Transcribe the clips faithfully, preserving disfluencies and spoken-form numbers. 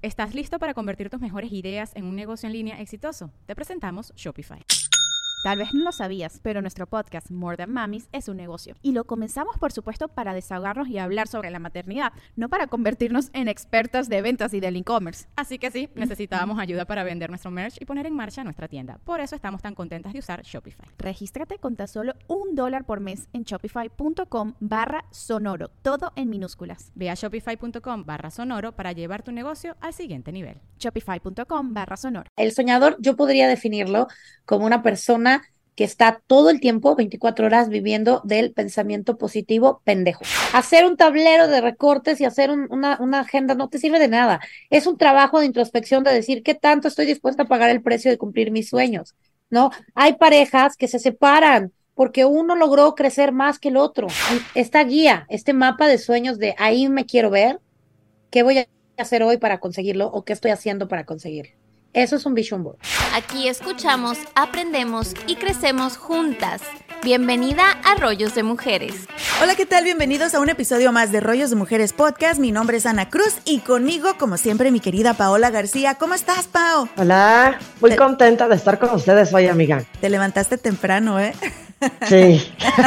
¿Estás listo para convertir tus mejores ideas en un negocio en línea exitoso? Te presentamos Shopify. Tal vez no lo sabías, pero nuestro podcast More Than Mamis es un negocio. Y lo comenzamos, por supuesto, para desahogarnos y hablar sobre la maternidad, no para convertirnos en expertas de ventas y del e-commerce. Así que sí, necesitábamos ayuda para vender nuestro merch y poner en marcha nuestra tienda. Por eso estamos tan contentas de usar Shopify. Regístrate con tan solo un dólar por mes en shopify.com barra sonoro, todo en minúsculas. Ve a shopify.com barra sonoro para llevar tu negocio al siguiente nivel. Shopify.com barra sonoro. El soñador, yo podría definirlo como una persona que está todo el tiempo, veinticuatro horas, viviendo del pensamiento positivo pendejo. Hacer un tablero de recortes y hacer un, una, una agenda no te sirve de nada. Es un trabajo de introspección de decir qué tanto estoy dispuesta a pagar el precio de cumplir mis sueños, ¿no? Hay parejas que se separan porque uno logró crecer más que el otro. Esta guía, este mapa de sueños de ahí me quiero ver, ¿qué voy a hacer hoy para conseguirlo o qué estoy haciendo para conseguirlo? Eso es un vision board. Aquí escuchamos, aprendemos y crecemos juntas. Bienvenida a Rollos de Mujeres. Hola, ¿qué tal? Bienvenidos a un episodio más de Rollos de Mujeres Podcast. Mi nombre es Ana Cruz y conmigo, como siempre, mi querida Paola García. ¿Cómo estás, Pao? Hola, muy te... contenta de estar con ustedes hoy, amiga. Te levantaste temprano, ¿eh? Sí.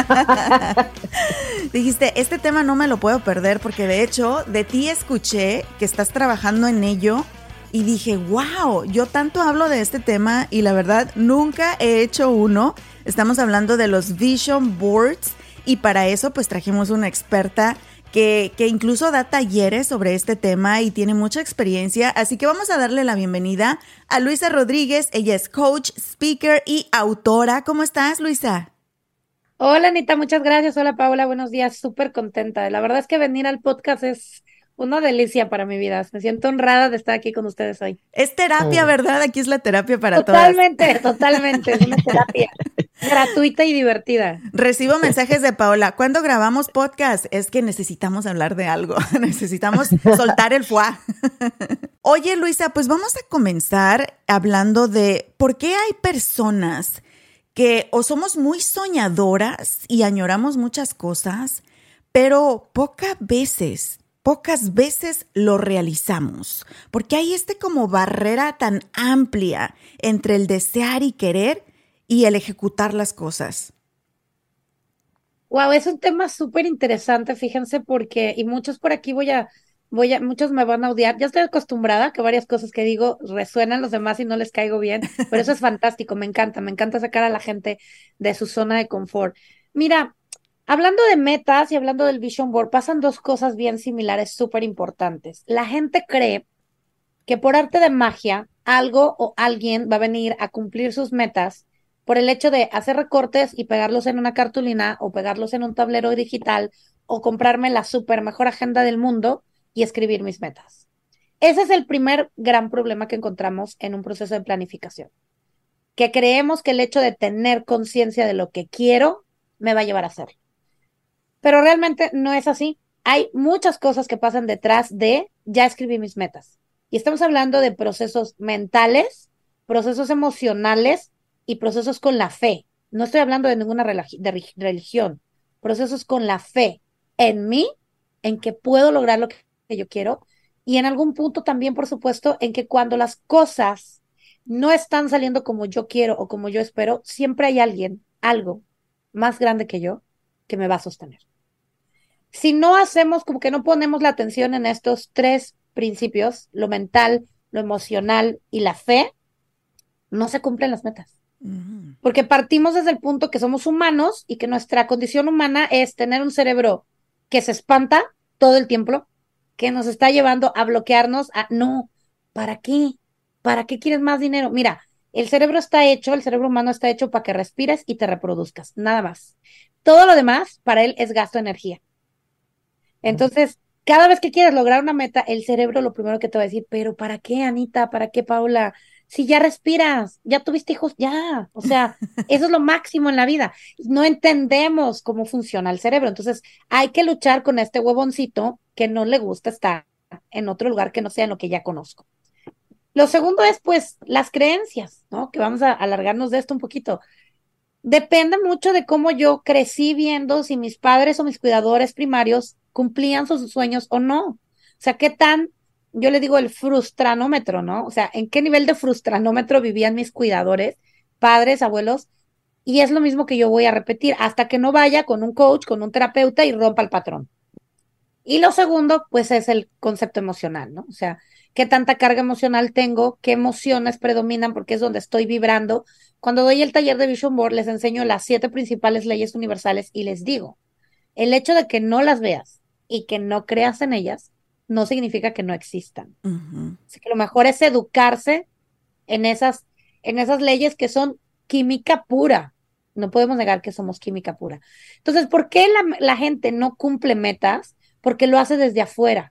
Dijiste, este tema no me lo puedo perder porque de hecho de ti escuché que estás trabajando en ello. Y dije, wow, yo tanto hablo de este tema y la verdad nunca he hecho uno. Estamos hablando de los vision boards y para eso pues trajimos una experta que, que incluso da talleres sobre este tema y tiene mucha experiencia. Así que vamos a darle la bienvenida a Luisa Rodríguez. Ella es coach, speaker y autora. ¿Cómo estás, Luisa? Hola, Anita, muchas gracias. Hola, Paola, buenos días. Súper contenta. La verdad es que venir al podcast es una delicia para mi vida. Me siento honrada de estar aquí con ustedes hoy. Es terapia, Oh. ¿verdad? Aquí es la terapia para totalmente, todas. Totalmente, totalmente. Es una terapia gratuita y divertida. Recibo mensajes de Paola. ¿Cuándo grabamos podcast? Es que necesitamos hablar de algo. Necesitamos soltar el fuá. Oye, Luisa, pues vamos a comenzar hablando de por qué hay personas que o somos muy soñadoras y añoramos muchas cosas, pero pocas veces... Pocas veces lo realizamos, porque hay este como barrera tan amplia entre el desear y querer y el ejecutar las cosas. Wow, es un tema súper interesante, fíjense, porque, y muchos por aquí voy a, voy a, muchos me van a odiar. Ya estoy acostumbrada a que varias cosas que digo resuenan los demás y no les caigo bien, pero eso es fantástico, me encanta, me encanta sacar a la gente de su zona de confort. Mira, hablando de metas y hablando del vision board, pasan dos cosas bien similares, súper importantes. La gente cree que por arte de magia, algo o alguien va a venir a cumplir sus metas por el hecho de hacer recortes y pegarlos en una cartulina o pegarlos en un tablero digital o comprarme la súper mejor agenda del mundo y escribir mis metas. Ese es el primer gran problema que encontramos en un proceso de planificación. Que creemos que el hecho de tener conciencia de lo que quiero me va a llevar a hacerlo. Pero realmente no es así. Hay muchas cosas que pasan detrás de ya escribí mis metas. Y estamos hablando de procesos mentales, procesos emocionales y procesos con la fe. No estoy hablando de ninguna religi- de religión. Procesos con la fe en mí, en que puedo lograr lo que yo quiero. Y en algún punto también, por supuesto, en que cuando las cosas no están saliendo como yo quiero o como yo espero, siempre hay alguien, algo más grande que yo, que me va a sostener. Si no hacemos, como que no ponemos la atención en estos tres principios, lo mental, lo emocional y la fe, no se cumplen las metas. Uh-huh. Porque partimos desde el punto que somos humanos y que nuestra condición humana es tener un cerebro que se espanta todo el tiempo, que nos está llevando a bloquearnos a, no, ¿para qué? ¿Para qué quieres más dinero? Mira, el cerebro está hecho, el cerebro humano está hecho para que respires y te reproduzcas, nada más. Todo lo demás para él es gasto de energía. Entonces, cada vez que quieres lograr una meta, el cerebro lo primero que te va a decir, pero ¿para qué, Anita? ¿Para qué, Paula? Si ya respiras, ya tuviste hijos, ya. O sea, eso es lo máximo en la vida. No entendemos cómo funciona el cerebro. Entonces, hay que luchar con este huevoncito que no le gusta estar en otro lugar que no sea en lo que ya conozco. Lo segundo es, pues, las creencias, ¿no? Que vamos a alargarnos de esto un poquito. Depende mucho de cómo yo crecí viendo si mis padres o mis cuidadores primarios cumplían sus sueños o no. O sea, qué tan yo le digo el frustranómetro, ¿no? O sea, ¿en qué nivel de frustranómetro vivían mis cuidadores, padres, abuelos? Y es lo mismo que yo voy a repetir hasta que no vaya con un coach, con un terapeuta y rompa el patrón. Y lo segundo, pues es el concepto emocional, ¿no? O sea, ¿qué tanta carga emocional tengo? ¿Qué emociones predominan? Porque es donde estoy vibrando. Cuando doy el taller de Vision Board, les enseño las siete principales leyes universales y les digo, el hecho de que no las veas y que no creas en ellas, no significa que no existan. Ujú. Así que lo mejor es educarse en esas, en esas leyes que son química pura. No podemos negar que somos química pura. Entonces, ¿por qué la, la gente no cumple metas? Porque lo hace desde afuera.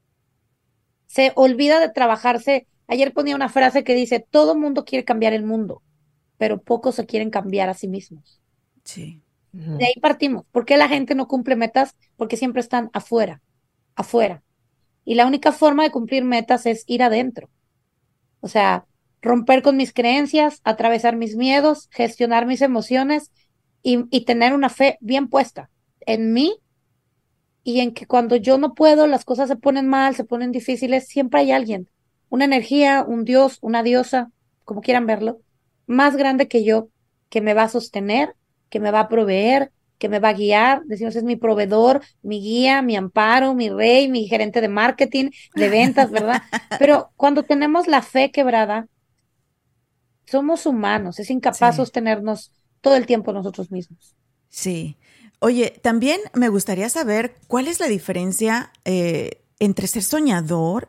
Se olvida de trabajarse. Ayer ponía una frase que dice, todo mundo quiere cambiar el mundo, pero pocos se quieren cambiar a sí mismos. Sí. De ahí partimos. ¿Por qué la gente no cumple metas? Porque siempre están afuera, afuera. Y la única forma de cumplir metas es ir adentro. O sea, romper con mis creencias, atravesar mis miedos, gestionar mis emociones y, y tener una fe bien puesta en mí y en que cuando yo no puedo, las cosas se ponen mal, se ponen difíciles, siempre hay alguien, una energía, un dios, una diosa, como quieran verlo, más grande que yo, que me va a sostener, que me va a proveer, que me va a guiar. Decimos, es mi proveedor, mi guía, mi amparo, mi rey, mi gerente de marketing, de ventas, ¿verdad? Pero cuando tenemos la fe quebrada, somos humanos, es incapaz Sí. sostenernos todo el tiempo nosotros mismos. Sí. Oye, también me gustaría saber cuál es la diferencia eh, entre ser soñador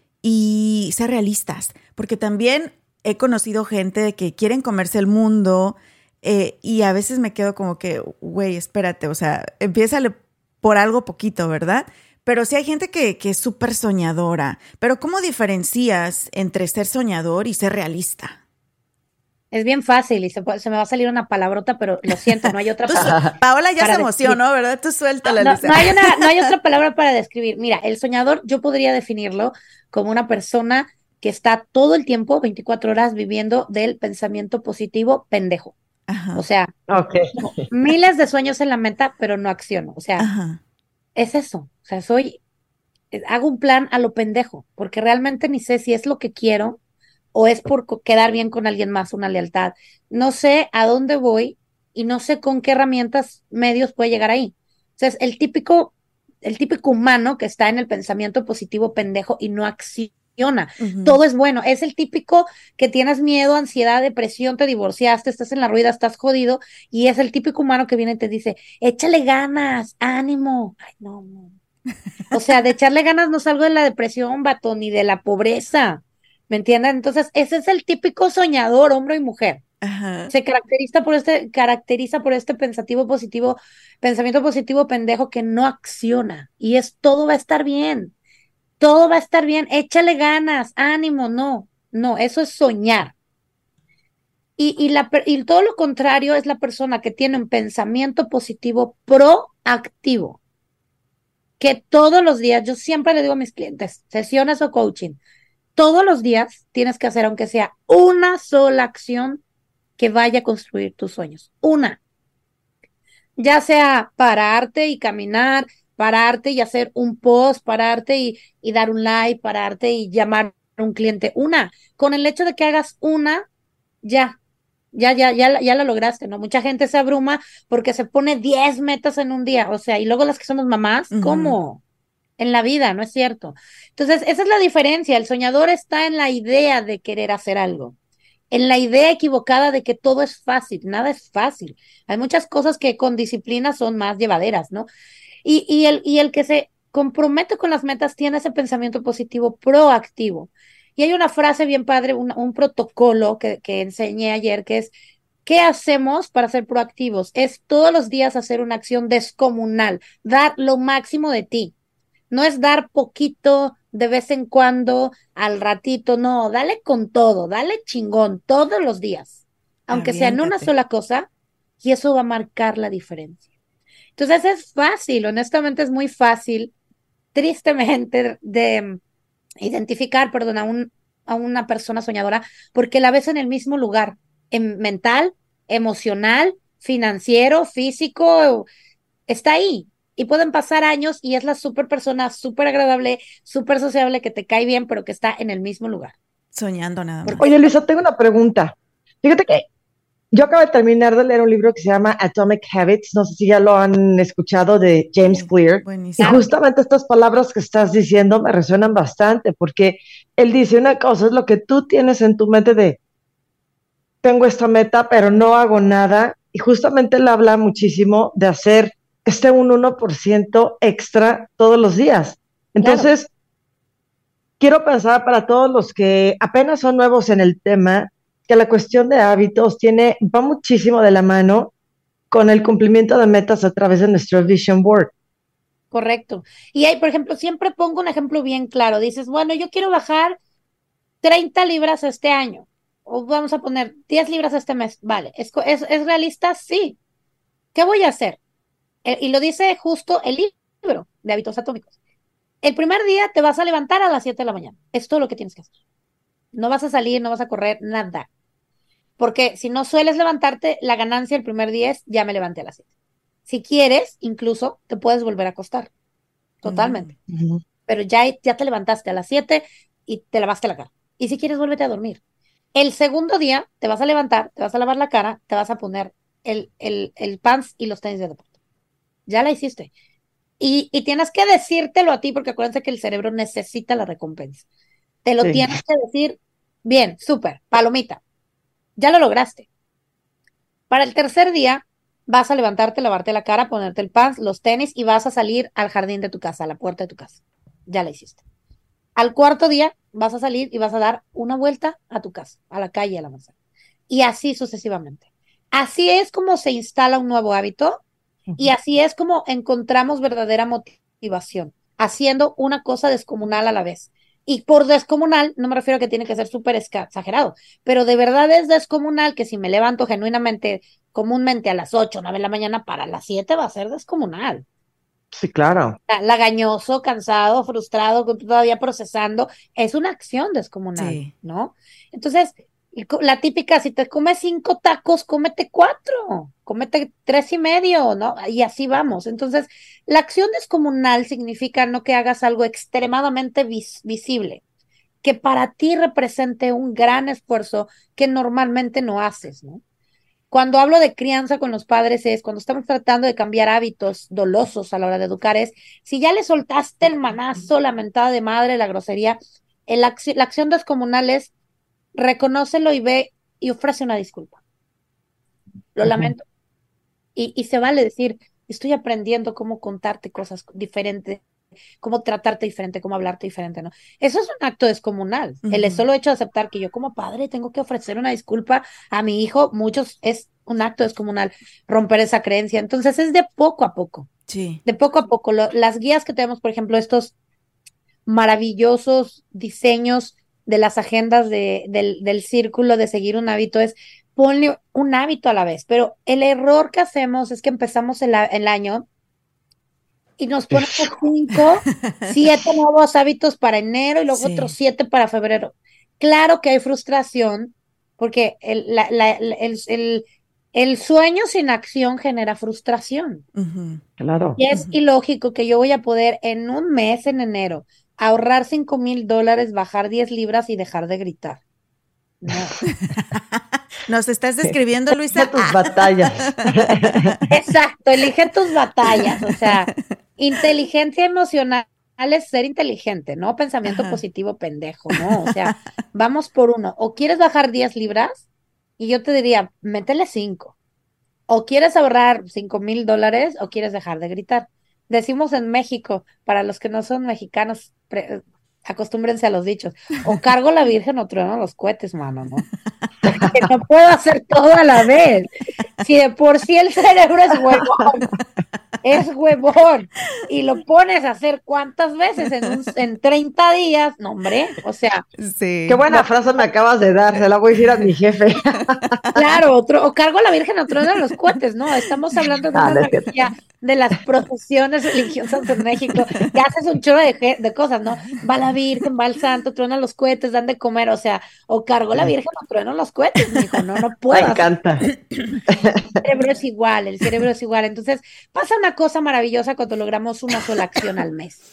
y ser realistas, porque también he conocido gente que quieren comerse el mundo eh, y a veces me quedo como que, güey, espérate, o sea, empiézale por algo poquito, ¿verdad? Pero sí hay gente que, que es súper soñadora, pero ¿cómo diferencias entre ser soñador y ser realista? Es bien fácil y se, puede- se me va a salir una palabrota, pero lo siento, no hay otra Tú su- palabra. Paola ya para se emocionó, ¿verdad? Tú suéltala, No, Luisa. no hay una, no hay otra palabra para describir. Mira, el soñador yo podría definirlo como una persona que está todo el tiempo, veinticuatro horas, viviendo del pensamiento positivo pendejo. Ajá, O sea, Ok. tengo miles de sueños en la mente, pero no acciono. O sea, ajá, es eso. O sea, soy, eh, hago un plan a lo pendejo, porque realmente ni sé si es lo que quiero o es por co- quedar bien con alguien más, una lealtad. No sé a dónde voy y no sé con qué herramientas, medios puede llegar ahí. O sea, es el típico, el típico humano que está en el pensamiento positivo pendejo y no acciona. ujú. Todo es bueno. Es el típico que tienes miedo, ansiedad, depresión, te divorciaste, estás en la ruina, estás jodido, y es el típico humano que viene y te dice, échale ganas, ánimo. Ay, no, no. O sea, de echarle ganas no salgo de la depresión, vato, ni de la pobreza. ¿Me entienden? Entonces, ese es el típico soñador, hombre y mujer. Ajá. Se caracteriza por este, caracteriza por este pensativo positivo, pensamiento positivo pendejo que no acciona. Y es todo va a estar bien. Todo va a estar bien. Échale ganas, ánimo, no. No, eso es soñar. Y, y, la, per- y todo lo contrario es la persona que tiene un pensamiento positivo proactivo que todos los días, yo siempre le digo a mis clientes, sesiones o coaching, todos los días tienes que hacer, aunque sea una sola acción que vaya a construir tus sueños. Una, ya sea pararte y caminar, pararte y hacer un post, pararte y, y dar un like, pararte y llamar a un cliente. Una, con el hecho de que hagas una, ya, ya, ya, ya, la- ya la lograste, ¿no? Mucha gente se abruma porque se pone diez metas en un día, o sea, y luego las que somos mamás, Ujú. ¿cómo? En la vida, ¿no es cierto? Entonces, esa es la diferencia. El soñador está en la idea de querer hacer algo, en la idea equivocada de que todo es fácil. Nada es fácil. Hay muchas cosas que con disciplina son más llevaderas, ¿no? Y, y, el, y el que se compromete con las metas tiene ese pensamiento positivo proactivo. Y hay una frase bien padre, un, un protocolo que, que enseñé ayer, que es, ¿qué hacemos para ser proactivos? Es todos los días hacer una acción descomunal, dar lo máximo de ti. No es dar poquito de vez en cuando, al ratito, no, dale con todo, dale chingón todos los días, aunque sea en una Aviéntate. sola cosa, y eso va a marcar la diferencia. Entonces es fácil, honestamente es muy fácil, tristemente, de identificar, perdón, a, un, a una persona soñadora, porque la ves en el mismo lugar, en mental, emocional, financiero, físico, está ahí. y pueden pasar años y es la súper persona, súper agradable, súper sociable, que te cae bien, pero que está en el mismo lugar. Soñando nada más. Oye, Luisa, tengo una pregunta. Fíjate que yo acabo de terminar de leer un libro que se llama Atomic Habits, no sé si ya lo han escuchado, de James Sí, Clear. Y buenísimo. justamente estas palabras que estás diciendo me resuenan bastante, porque él dice una cosa, es lo que tú tienes en tu mente de, tengo esta meta, pero no hago nada, y justamente él habla muchísimo de hacer este un uno por ciento extra todos los días. Entonces, quiero pensar para todos los que apenas son nuevos en el tema, que la cuestión de hábitos tiene, va muchísimo de la mano con el cumplimiento de metas a través de nuestro Vision Board. Correcto. Y ahí, por ejemplo, siempre pongo un ejemplo bien claro. Dices, bueno, yo quiero bajar treinta libras este año. O vamos a poner diez libras este mes. Vale, ¿es, es, es realista? Sí. ¿Qué voy a hacer? Eh, y lo dice justo el libro de Hábitos Atómicos. El primer día te vas a levantar a las siete de la mañana. Es todo lo que tienes que hacer. No vas a salir, no vas a correr, nada. Porque si no sueles levantarte, la ganancia el primer día es, ya me levanté a las siete. Si quieres, incluso, te puedes volver a acostar. Totalmente. Uh-huh. Pero ya, ya te levantaste a las siete y te lavaste la cara. Y si quieres, vuélvete a dormir. El segundo día, te vas a levantar, te vas a lavar la cara, te vas a poner el, el, el pants y los tenis de deporte. Ya la hiciste. Y, y tienes que decírtelo a ti, porque acuérdense que el cerebro necesita la recompensa. Te lo Sí. tienes que decir, bien, súper, palomita. Ya lo lograste. Para el tercer día, vas a levantarte, lavarte la cara, ponerte el pants, los tenis y vas a salir al jardín de tu casa, a la puerta de tu casa. Ya la hiciste. Al cuarto día, vas a salir y vas a dar una vuelta a tu casa, a la calle, a la manzana. Y así sucesivamente. Así es como se instala un nuevo hábito y así es como encontramos verdadera motivación, haciendo una cosa descomunal a la vez. Y por descomunal, no me refiero a que tiene que ser súper exagerado, pero de verdad es descomunal que si me levanto genuinamente, comúnmente a las ocho, nueve de la mañana, para las siete va a ser descomunal. Sí, claro. Lagañoso, cansado, frustrado, todavía procesando, es una acción descomunal, Sí. ¿no? Entonces, la típica, si te comes cinco tacos, cómete cuatro, cómete tres y medio, ¿no? Y así vamos. Entonces, la acción descomunal significa no que hagas algo extremadamente vis- visible, que para ti represente un gran esfuerzo que normalmente no haces, ¿no? Cuando hablo de crianza con los padres es cuando estamos tratando de cambiar hábitos dolosos a la hora de educar es, si ya le soltaste el manazo, la mentada de madre, la grosería, el acci- la acción descomunal es reconócelo y ve y ofrece una disculpa. Lo Ujú. lamento. Y, y se vale decir, estoy aprendiendo cómo contarte cosas diferentes, cómo tratarte diferente, cómo hablarte diferente, ¿no? Eso es un acto descomunal. Ujú. El solo hecho de aceptar que yo como padre tengo que ofrecer una disculpa a mi hijo, muchos es un acto descomunal, romper esa creencia. Entonces es de poco a poco, Sí. de poco a poco. Lo- las guías que tenemos, por ejemplo, estos maravillosos diseños de las agendas de, del, del círculo de seguir un hábito es ponle un hábito a la vez, pero el error que hacemos es que empezamos el, a- el año y nos ponemos cinco, siete nuevos hábitos para enero y luego Sí. otros siete para febrero. Claro que hay frustración porque el, la- la- el, el, el sueño sin acción genera frustración. Ujú. Claro. Y es Ujú. ilógico que yo voy a poder en un mes, en enero, ahorrar cinco mil dólares, bajar diez libras y dejar de gritar. No. Nos estás describiendo, Luisa. De tus Ah. batallas. Exacto, elige tus batallas. O sea, inteligencia emocional es ser inteligente, no pensamiento Ajá. positivo pendejo, ¿no? O sea, vamos por uno. O quieres bajar diez libras y yo te diría, métele cinco. O quieres ahorrar cinco mil dólares o quieres dejar de gritar. Decimos en México, para los que no son mexicanos, pre- acostúmbrense a los dichos. O cargo la Virgen o trueno los cohetes, mano, ¿no? Porque no puedo hacer todo a la vez. Si de por sí el cerebro es huevón, es huevón, y lo pones a hacer cuántas veces en, un, en treinta días, no, hombre, o sea, Sí. Qué buena frase me acabas de dar, se la voy a decir a mi jefe. Claro, otro, o cargo a la Virgen o truenan los cohetes, ¿no? Estamos hablando de una Dale, analogía de las procesiones religiosas en México, que haces un chorro de, ge- de cosas, ¿no? Va la Virgen, va el santo, truenan los cohetes, dan de comer, o sea, o cargo a la Virgen o truenan los cohetes, mijo, no, no Me puedo. encanta. El cerebro es igual, el cerebro es igual. Entonces, pasa una cosa maravillosa cuando logramos una sola acción al mes.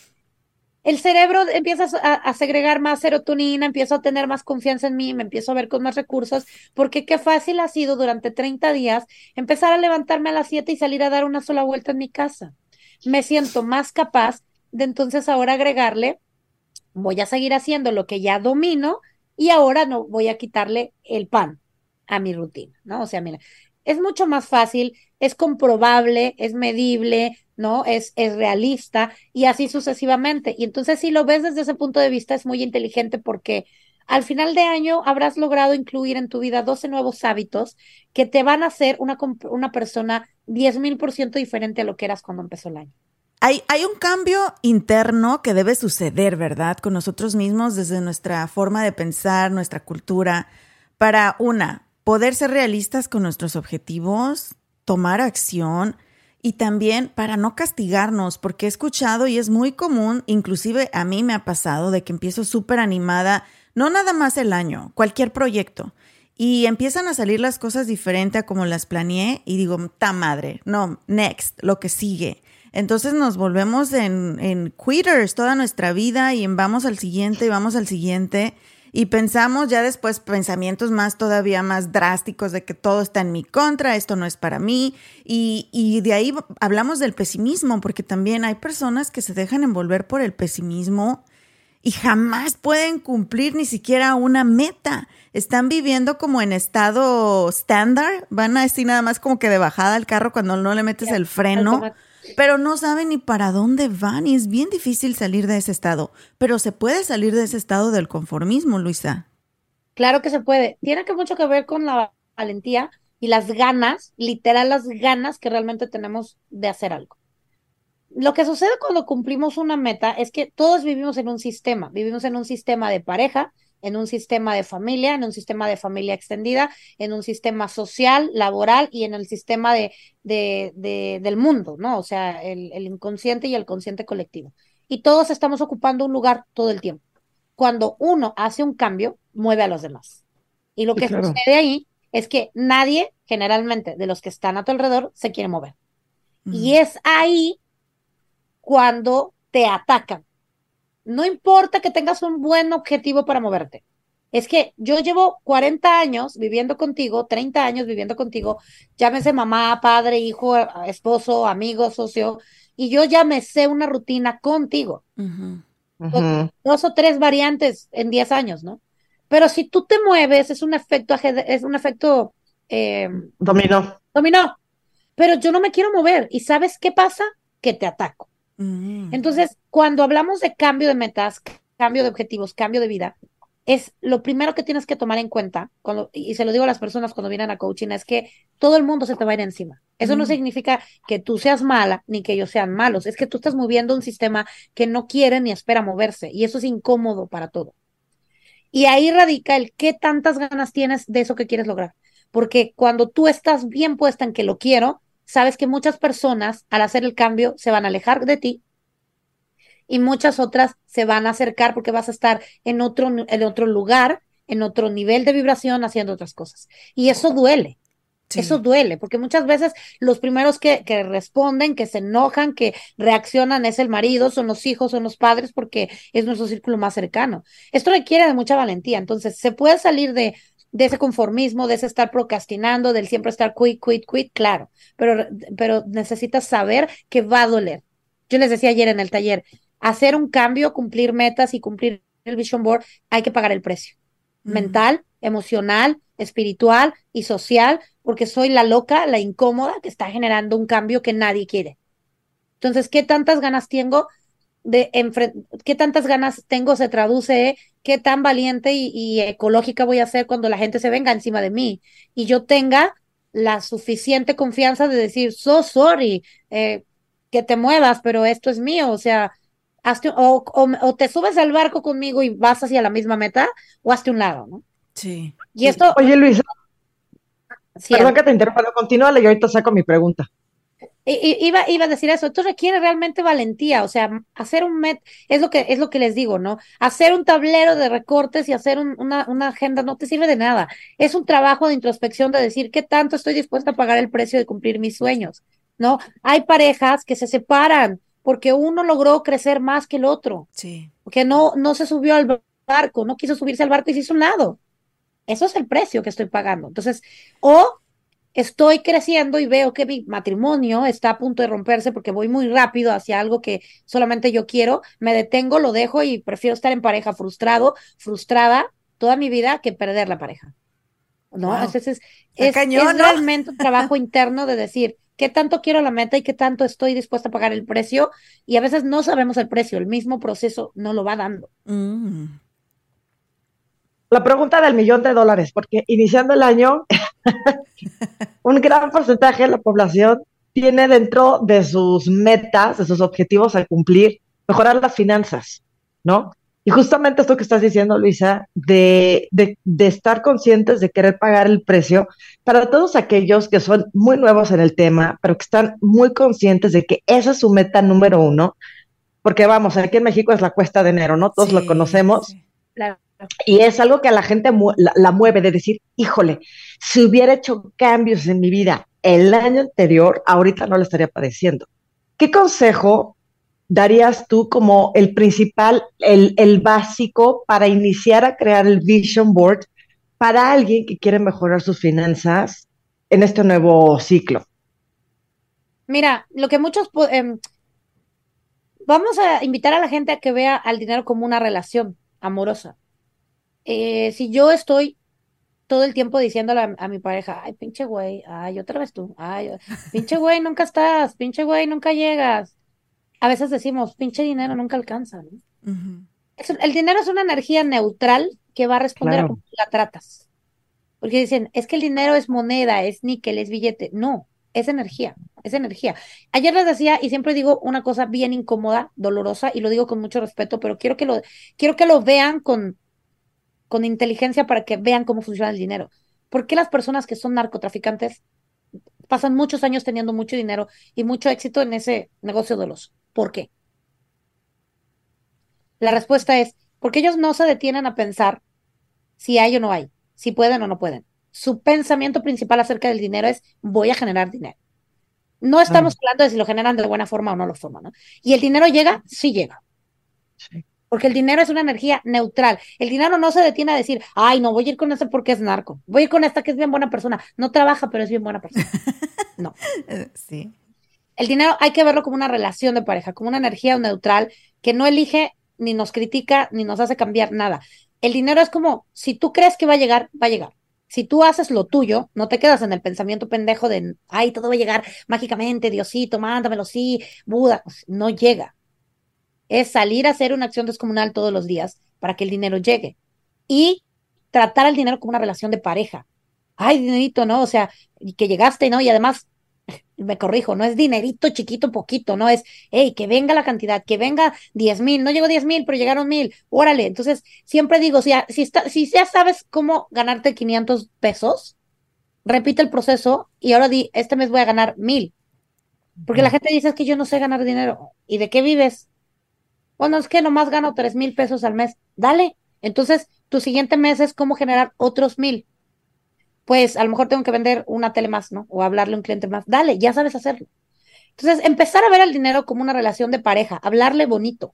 El cerebro empieza a, a segregar más serotonina, empiezo a tener más confianza en mí, me empiezo a ver con más recursos, porque qué fácil ha sido durante treinta días empezar a levantarme a las siete y salir a dar una sola vuelta en mi casa. Me siento más capaz de entonces ahora agregarle, voy a seguir haciendo lo que ya domino y ahora no voy a quitarle el pan a mi rutina, ¿no? O sea, mira, es mucho más fácil, es comprobable, es medible, ¿no? Es, es realista y así sucesivamente. Y entonces, si lo ves desde ese punto de vista, es muy inteligente porque al final de año habrás logrado incluir en tu vida doce nuevos hábitos que te van a hacer una, una persona diez mil por ciento diferente a lo que eras cuando empezó el año. Hay, hay un cambio interno que debe suceder, ¿verdad? Con nosotros mismos, desde nuestra forma de pensar, nuestra cultura, para una, poder ser realistas con nuestros objetivos, tomar acción y también para no castigarnos, porque he escuchado y es muy común, inclusive a mí me ha pasado, de que empiezo súper animada, no nada más el año, cualquier proyecto, y empiezan a salir las cosas diferentes a como las planeé y digo, ta madre, no, next, lo que sigue. Entonces nos volvemos en, en quitters toda nuestra vida y en vamos al siguiente y vamos al siguiente y pensamos ya después pensamientos más todavía más drásticos de que todo está en mi contra, esto no es para mí y, y de ahí hablamos del pesimismo porque también hay personas que se dejan envolver por el pesimismo y jamás pueden cumplir ni siquiera una meta. Están viviendo como en estado estándar, van así nada más como que de bajada al carro cuando no le metes el freno. Pero no saben ni para dónde van y es bien difícil salir de ese estado. Pero se puede salir de ese estado del conformismo, Luisa. Claro que se puede. Tiene que mucho que ver con la valentía y las ganas, literal las ganas que realmente tenemos de hacer algo. Lo que sucede cuando cumplimos una meta es que todos vivimos en un sistema. Vivimos en un sistema de pareja, en un sistema de familia, en un sistema de familia extendida, en un sistema social, laboral y en el sistema de, de, de, del mundo, ¿no? O sea, el, el inconsciente y el consciente colectivo. Y todos estamos ocupando un lugar todo el tiempo. Cuando uno hace un cambio, mueve a los demás. Y lo Sí, que claro. sucede ahí es que nadie, generalmente, de los que están a tu alrededor, se quiere mover. Mm. Y es ahí cuando te atacan. No importa que tengas un buen objetivo para moverte. Es que yo llevo cuarenta años viviendo contigo, treinta años viviendo contigo, llámese mamá, padre, hijo, esposo, amigo, socio, y yo ya me sé una rutina contigo. Uh-huh. Uh-huh. Dos o tres variantes en diez años, ¿no? Pero si tú te mueves, es un efecto, es un efecto eh, dominó. Dominó. Pero yo no me quiero mover. ¿Y sabes qué pasa? Que te ataco. Uh-huh. Entonces, cuando hablamos de cambio de metas, cambio de objetivos, cambio de vida, es lo primero que tienes que tomar en cuenta, cuando, y se lo digo a las personas cuando vienen a coaching, es que todo el mundo se te va a ir encima. Eso mm. no significa que tú seas mala, ni que ellos sean malos, es que tú estás moviendo un sistema que no quiere ni espera moverse, y eso es incómodo para todo. Y ahí radica el qué tantas ganas tienes de eso que quieres lograr. Porque cuando tú estás bien puesta en que lo quiero, sabes que muchas personas al hacer el cambio se van a alejar de ti y muchas otras se van a acercar porque vas a estar en otro, en otro lugar, en otro nivel de vibración haciendo otras cosas. Y eso duele. Sí. Eso duele, porque muchas veces los primeros que, que responden, que se enojan, que reaccionan es el marido, son los hijos, son los padres, porque es nuestro círculo más cercano. Esto requiere de mucha valentía. Entonces, se puede salir de, de ese conformismo, de ese estar procrastinando, del siempre estar quit, quit, quit, claro, pero, pero necesitas saber que va a doler. Yo les decía ayer en el taller, hacer un cambio, cumplir metas y cumplir el vision board, hay que pagar el precio. Mm. Mental, emocional, espiritual y social, porque soy la loca, la incómoda que está generando un cambio que nadie quiere. Entonces, ¿qué tantas ganas tengo de enfrentar? ¿Qué tantas ganas tengo se traduce qué tan valiente y, y ecológica voy a ser cuando la gente se venga encima de mí y yo tenga la suficiente confianza de decir, so sorry, eh, que te muevas, pero esto es mío, o sea, hazte, o, o, o te subes al barco conmigo y vas hacia la misma meta, o hazte un lado, ¿no? Sí. Y esto... Oye, Luisa, Cierto. Perdón que te interrumpa, no, continúale y ahorita saco mi pregunta. I- Iba, iba a decir eso, esto requiere realmente valentía, o sea, hacer un met, es lo que, es lo que les digo, ¿no? Hacer un tablero de recortes y hacer un- una, una agenda no te sirve de nada. Es un trabajo de introspección de decir qué tanto estoy dispuesta a pagar el precio de cumplir mis sueños, ¿no? Hay parejas que se separan porque uno logró crecer más que el otro, Sí. porque no, no se subió al barco, no quiso subirse al barco y se hizo un lado. Eso es el precio que estoy pagando. Entonces, o estoy creciendo y veo que mi matrimonio está a punto de romperse porque voy muy rápido hacia algo que solamente yo quiero, me detengo, lo dejo y prefiero estar en pareja frustrado, frustrada toda mi vida que perder la pareja. ¿No? Wow. Entonces, es, Está es, cañón, es ¿no? realmente un trabajo interno de decir qué tanto quiero la meta y qué tanto estoy dispuesta a pagar el precio, y a veces no sabemos el precio, el mismo proceso no lo va dando. Mm. La pregunta del millón de dólares, porque iniciando el año, un gran porcentaje de la población tiene dentro de sus metas, de sus objetivos a cumplir, mejorar las finanzas, ¿no? Y justamente esto que estás diciendo, Luisa, de, de, de estar conscientes de querer pagar el precio, para todos aquellos que son muy nuevos en el tema, pero que están muy conscientes de que esa es su meta número uno, porque vamos, aquí en México es la cuesta de enero, ¿no? Todos Sí, lo conocemos. sí. Claro. Y es algo que a la gente mu- la, la mueve de decir, híjole, si hubiera hecho cambios en mi vida el año anterior, ahorita no lo estaría padeciendo. ¿Qué consejo darías tú como el principal, el, el básico para iniciar a crear el Vision Board para alguien que quiere mejorar sus finanzas en este nuevo ciclo? Mira, lo que muchos, po- em, vamos a invitar a la gente a que vea al dinero como una relación amorosa. Eh, si yo estoy todo el tiempo diciéndole a, a mi pareja, ay, pinche güey, ay, otra vez tú, ay, pinche güey, nunca estás, pinche güey, nunca llegas. A veces decimos, pinche dinero nunca alcanza, ¿no? Ujú. Es- el dinero es una energía neutral que va a responder a Claro. cómo la tratas. Porque dicen, es que el dinero es moneda, es níquel, es billete. No, es energía, es energía. Ayer les decía, y siempre digo una cosa bien incómoda, dolorosa, y lo digo con mucho respeto, pero quiero que lo, quiero que lo vean con, con inteligencia para que vean cómo funciona el dinero. ¿Por qué las personas que son narcotraficantes pasan muchos años teniendo mucho dinero y mucho éxito en ese negocio doloso? ¿Por qué? La respuesta es, porque ellos no se detienen a pensar si hay o no hay, si pueden o no pueden. Su pensamiento principal acerca del dinero es, voy a generar dinero. No estamos Claro. hablando de si lo generan de buena forma o no lo forma, ¿no? Y el dinero llega, sí llega. Sí. Porque el dinero es una energía neutral. El dinero no se detiene a decir, ay, no, voy a ir con ese porque es narco. Voy a ir con esta que es bien buena persona. No trabaja, pero es bien buena persona. No. Eh, Sí. El dinero hay que verlo como una relación de pareja, como una energía neutral que no elige, ni nos critica, ni nos hace cambiar nada. El dinero es como, si tú crees que va a llegar, va a llegar. Si tú haces lo tuyo, no te quedas en el pensamiento pendejo de, ay, todo va a llegar mágicamente, Diosito, mándamelo, sí, Buda. No llega. Es salir a hacer una acción descomunal todos los días para que el dinero llegue. Y tratar al dinero como una relación de pareja. Ay, dinerito, ¿no? O sea, y que llegaste, ¿no? Y además, me corrijo, no es dinerito chiquito, poquito, no es, hey, que venga la cantidad, que venga diez mil, no llegó diez mil, pero llegaron mil, órale. Entonces, siempre digo, si, si, está, si ya sabes cómo ganarte quinientos pesos, repite el proceso y ahora di, este mes voy a ganar mil. Porque la gente dice, es que yo no sé ganar dinero. ¿Y de qué vives? Bueno, es que nomás gano tres mil pesos al mes. Dale. Entonces, tu siguiente mes es cómo generar otros mil. Pues a lo mejor tengo que vender una tele más, ¿no? O hablarle a un cliente más. Dale, ya sabes hacerlo. Entonces, empezar a ver al dinero como una relación de pareja, hablarle bonito,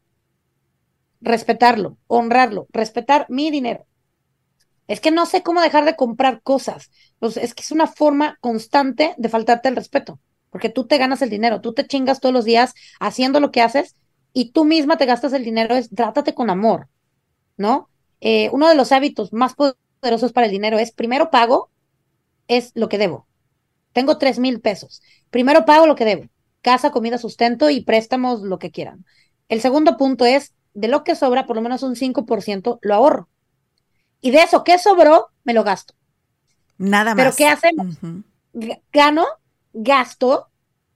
respetarlo, honrarlo, respetar mi dinero. Es que no sé cómo dejar de comprar cosas. Pues es que es una forma constante de faltarte el respeto, porque tú te ganas el dinero, tú te chingas todos los días haciendo lo que haces y tú misma te gastas el dinero. Es trátate con amor, ¿no? Eh, uno de los hábitos más poderosos para el dinero es primero pago, es lo que debo. Tengo tres mil pesos. Primero pago lo que debo. Casa, comida, sustento y préstamos, lo que quieran. El segundo punto es, de lo que sobra, por lo menos un cinco por ciento lo ahorro. Y de eso que sobró, me lo gasto. Nada ¿Pero más. qué hacemos? Ujú. G- Gano, gasto,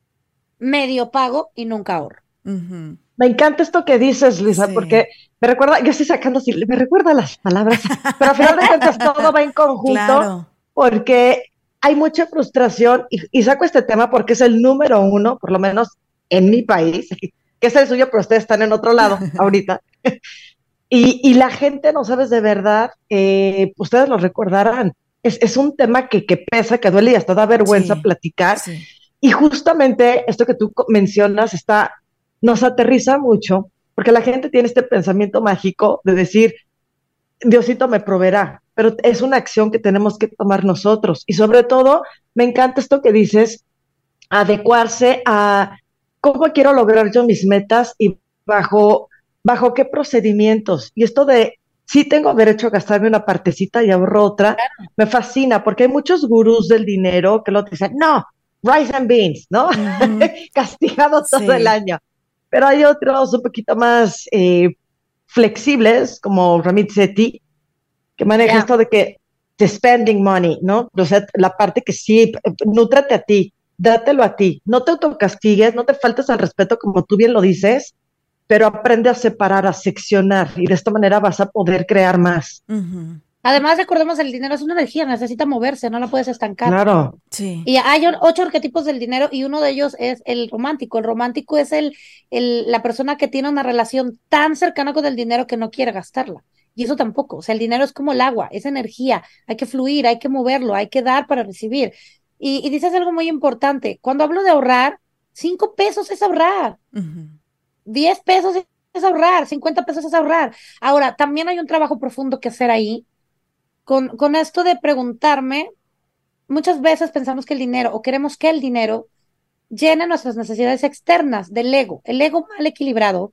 medio pago y nunca ahorro. Ujú. Me encanta esto que dices, Luisa, Sí. porque me recuerda, yo estoy sacando así, me recuerda las palabras, pero al final de cuentas todo va en conjunto, Claro. porque hay mucha frustración y, y saco este tema porque es el número uno, por lo menos en mi país, que es el suyo, pero ustedes están en otro lado ahorita. Y, y la gente, no sabes de verdad, eh, ustedes lo recordarán, es, es un tema que, que pesa, que duele y hasta da vergüenza Sí, platicar. sí. Y justamente esto que tú co- mencionas está, nos aterriza mucho, porque la gente tiene este pensamiento mágico de decir, Diosito me proveerá, pero es una acción que tenemos que tomar nosotros. Y sobre todo, me encanta esto que dices, adecuarse a cómo quiero lograr yo mis metas y bajo, bajo qué procedimientos. Y esto de sí tengo derecho a gastarme una partecita y ahorro otra, me fascina porque hay muchos gurús del dinero que lo dicen, no, rice and beans, ¿no? Ujú. Castigado todo el Sí. año. Pero hay otros un poquito más eh, flexibles, como Ramit Sethi, que maneja Ya. esto de que de spending money, ¿no? O sea, la parte que sí, eh, nútrate a ti, dátelo a ti, no te autocastigues, no te faltes al respeto como tú bien lo dices, pero aprende a separar, a seccionar y de esta manera vas a poder crear más. Ujú. Además, recordemos, el dinero es una energía, necesita moverse, no la puedes estancar. Claro, Sí. Y hay o- ocho arquetipos del dinero y uno de ellos es el romántico. El romántico es el, el, la persona que tiene una relación tan cercana con el dinero que no quiere gastarla. Y eso tampoco. O sea, el dinero es como el agua, es energía. Hay que fluir, hay que moverlo, hay que dar para recibir. Y, y dices algo muy importante. Cuando hablo de ahorrar, cinco pesos es ahorrar, Ujú. diez pesos es ahorrar, cincuenta pesos es ahorrar. Ahora, también hay un trabajo profundo que hacer ahí con, con esto de preguntarme. Muchas veces pensamos que el dinero o queremos que el dinero llene nuestras necesidades externas del ego. El ego mal equilibrado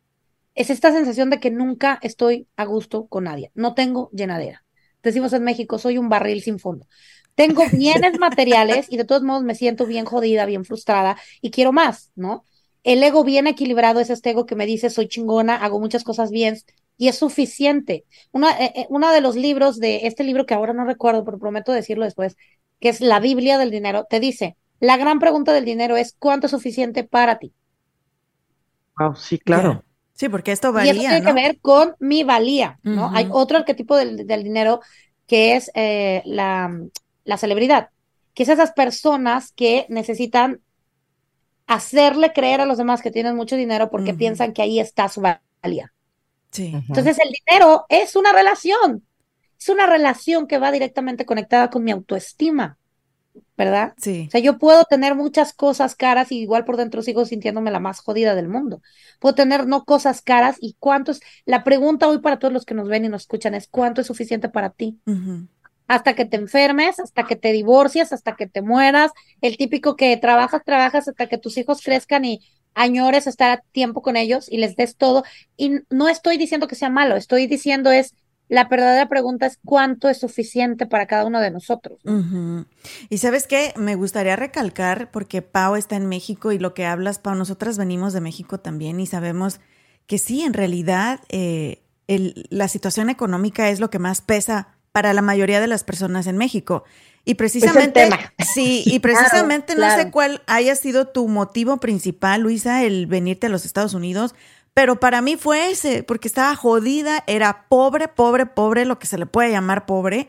es esta sensación de que nunca estoy a gusto con nadie. No tengo llenadera. Decimos en México, soy un barril sin fondo. Tengo bienes materiales y de todos modos me siento bien jodida, bien frustrada y quiero más, ¿no? El ego bien equilibrado es este ego que me dice, soy chingona, hago muchas cosas bien y es suficiente. Una, eh, eh, uno de los libros de este libro que ahora no recuerdo, pero prometo decirlo después, que es La Biblia del Dinero, te dice, la gran pregunta del dinero es, ¿cuánto es suficiente para ti? wow, sí, Ya. claro. Sí, porque esto Y eso varía, tiene que ¿no? ver con mi valía, ¿no? Hay Ujú. otro arquetipo del, del dinero que es eh, la, la celebridad, que es esas personas que necesitan hacerle creer a los demás que tienen mucho dinero porque Ujú. piensan que ahí está su valía. Sí. Ujú. Entonces el dinero es una relación, es una relación que va directamente conectada con mi autoestima, ¿verdad? Sí. O sea, yo puedo tener muchas cosas caras y igual por dentro sigo sintiéndome la más jodida del mundo. Puedo tener no cosas caras y cuánto es, la pregunta hoy para todos los que nos ven y nos escuchan es ¿cuánto es suficiente para ti? Ujú. Hasta que te enfermes, hasta que te divorcies, hasta que te mueras, el típico que trabajas, trabajas hasta que tus hijos crezcan y añores estar a tiempo con ellos y les des todo. Y no estoy diciendo que sea malo, estoy diciendo es, la verdadera pregunta es cuánto es suficiente para cada uno de nosotros, ¿no? Ujú. Y sabes qué, me gustaría recalcar, porque Pau está en México y lo que hablas, Pau, nosotras venimos de México también y sabemos que sí, en realidad eh, el- la situación económica es lo que más pesa para la mayoría de las personas en México. Y precisamente, tema. sí, y Claro, precisamente no claro. sé cuál haya sido tu motivo principal, Luisa, el venirte a los Estados Unidos, pero para mí fue ese, porque estaba jodida, era pobre, pobre, pobre, lo que se le puede llamar pobre.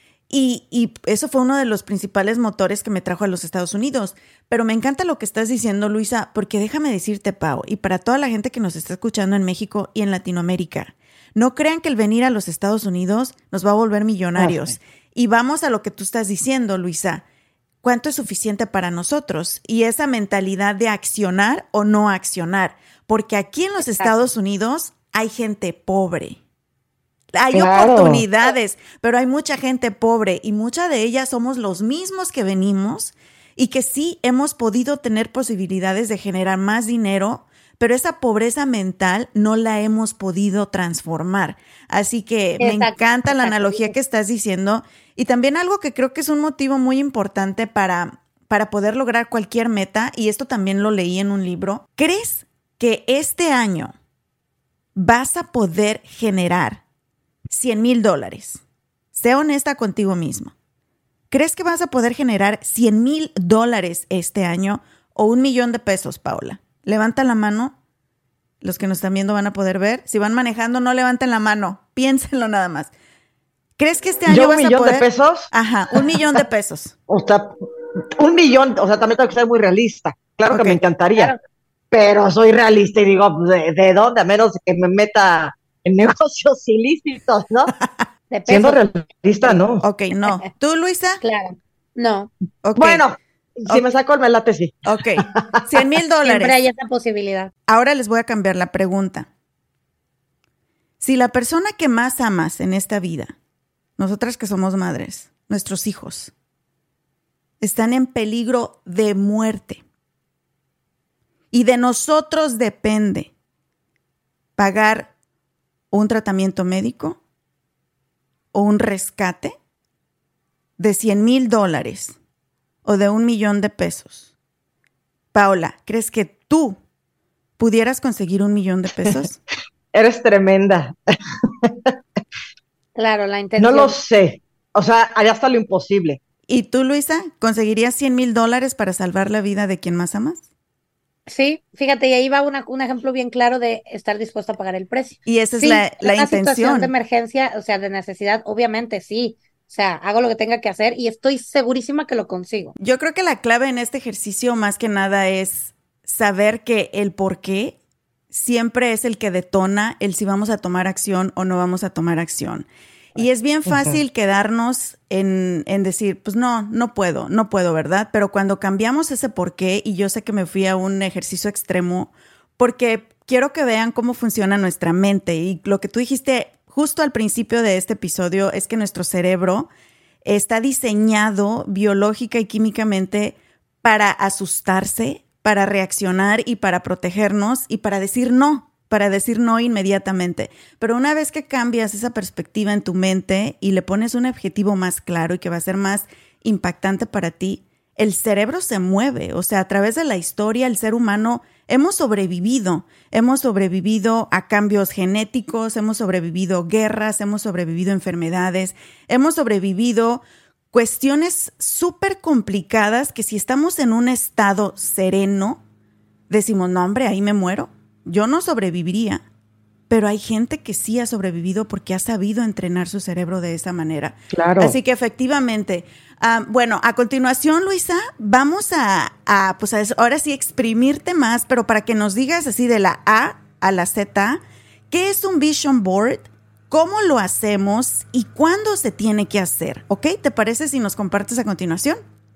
Y, y eso fue uno de los principales motores que me trajo a los Estados Unidos. Pero me encanta lo que estás diciendo, Luisa, porque déjame decirte, Pau, y para toda la gente que nos está escuchando en México y en Latinoamérica, no crean que el venir a los Estados Unidos nos va a volver millonarios. Y vamos a lo que tú estás diciendo, Luisa. ¿Cuánto es suficiente para nosotros? Y esa mentalidad de accionar o no accionar. Porque aquí en los Estados Unidos hay gente pobre. Hay Claro. oportunidades, pero hay mucha gente pobre y mucha de ellas somos los mismos que venimos y que sí hemos podido tener posibilidades de generar más dinero, pero esa pobreza mental no la hemos podido transformar. Así que me Exacto, encanta la exacto. analogía que estás diciendo y también algo que creo que es un motivo muy importante para, para poder lograr cualquier meta, y esto también lo leí en un libro. ¿Crees que este año vas a poder generar cien mil dólares? Sé honesta contigo mismo. ¿Crees que vas a poder generar cien mil dólares este año o un millón de pesos, Paola? Levanta la mano. Los que nos están viendo van a poder ver. Si van manejando, no levanten la mano. Piénsenlo nada más. ¿Crees que este año ¿Yo vas un millón a poder? de pesos? Ajá, un millón de pesos. O sea, un millón, o sea, también tengo que ser muy realista. Claro Ok. que me encantaría, Claro. pero soy realista y digo, ¿de, de dónde? A menos de que me meta en negocios ilícitos, ¿no? De Siendo pesos. realista, no. Ok, no. ¿Tú, Luisa? Claro. No. Ok. Bueno, si Ok. me saco el melate, sí. Ok, cien mil Siempre hay dólares. esa posibilidad. Ahora les voy a cambiar la pregunta. Si la persona que más amas en esta vida, nosotras que somos madres, nuestros hijos, están en peligro de muerte y de nosotros depende pagar un tratamiento médico o un rescate de cien mil dólares o de un millón de pesos. Paola, ¿crees que tú pudieras conseguir un millón de pesos? Eres tremenda. Claro, la No intención. lo sé. O sea, haría hasta lo imposible. ¿Y tú, Luisa, conseguirías cien mil dólares para salvar la vida de quien más amas? Sí, fíjate, y ahí va una, un ejemplo bien claro de estar dispuesto a pagar el precio. Y esa es Sí, la, en la una situación intención. de emergencia, o sea, de necesidad, obviamente sí. O sea, hago lo que tenga que hacer y estoy segurísima que lo consigo. Yo creo que la clave en este ejercicio más que nada es saber que el por qué siempre es el que detona el si vamos a tomar acción o no vamos a tomar acción. Y es bien fácil uh-huh. quedarnos en, en decir, pues no, no puedo, no puedo, ¿verdad? Pero cuando cambiamos ese por qué, y yo sé que me fui a un ejercicio extremo, porque quiero que vean cómo funciona nuestra mente. Y lo que tú dijiste justo al principio de este episodio es que nuestro cerebro está diseñado biológica y químicamente para asustarse, para reaccionar y para protegernos y para decir no. para decir no inmediatamente. Pero una vez que cambias esa perspectiva en tu mente y le pones un objetivo más claro y que va a ser más impactante para ti, el cerebro se mueve. O sea, a través de la historia, el ser humano hemos sobrevivido. Hemos sobrevivido a cambios genéticos, hemos sobrevivido guerras, hemos sobrevivido enfermedades, hemos sobrevivido cuestiones súper complicadas que si estamos en un estado sereno, decimos, no, hombre, ahí me muero. Yo no sobreviviría, pero hay gente que sí ha sobrevivido porque ha sabido entrenar su cerebro de esa manera. Claro. Así que efectivamente, uh, bueno, a continuación, Luisa, vamos a, a, pues a, ahora sí, exprimirte más, pero para que nos digas así de la A a la Z, ¿qué es un vision board? ¿Cómo lo hacemos? ¿Y cuándo se tiene que hacer? ¿Ok? ¿Te parece si nos compartes a continuación?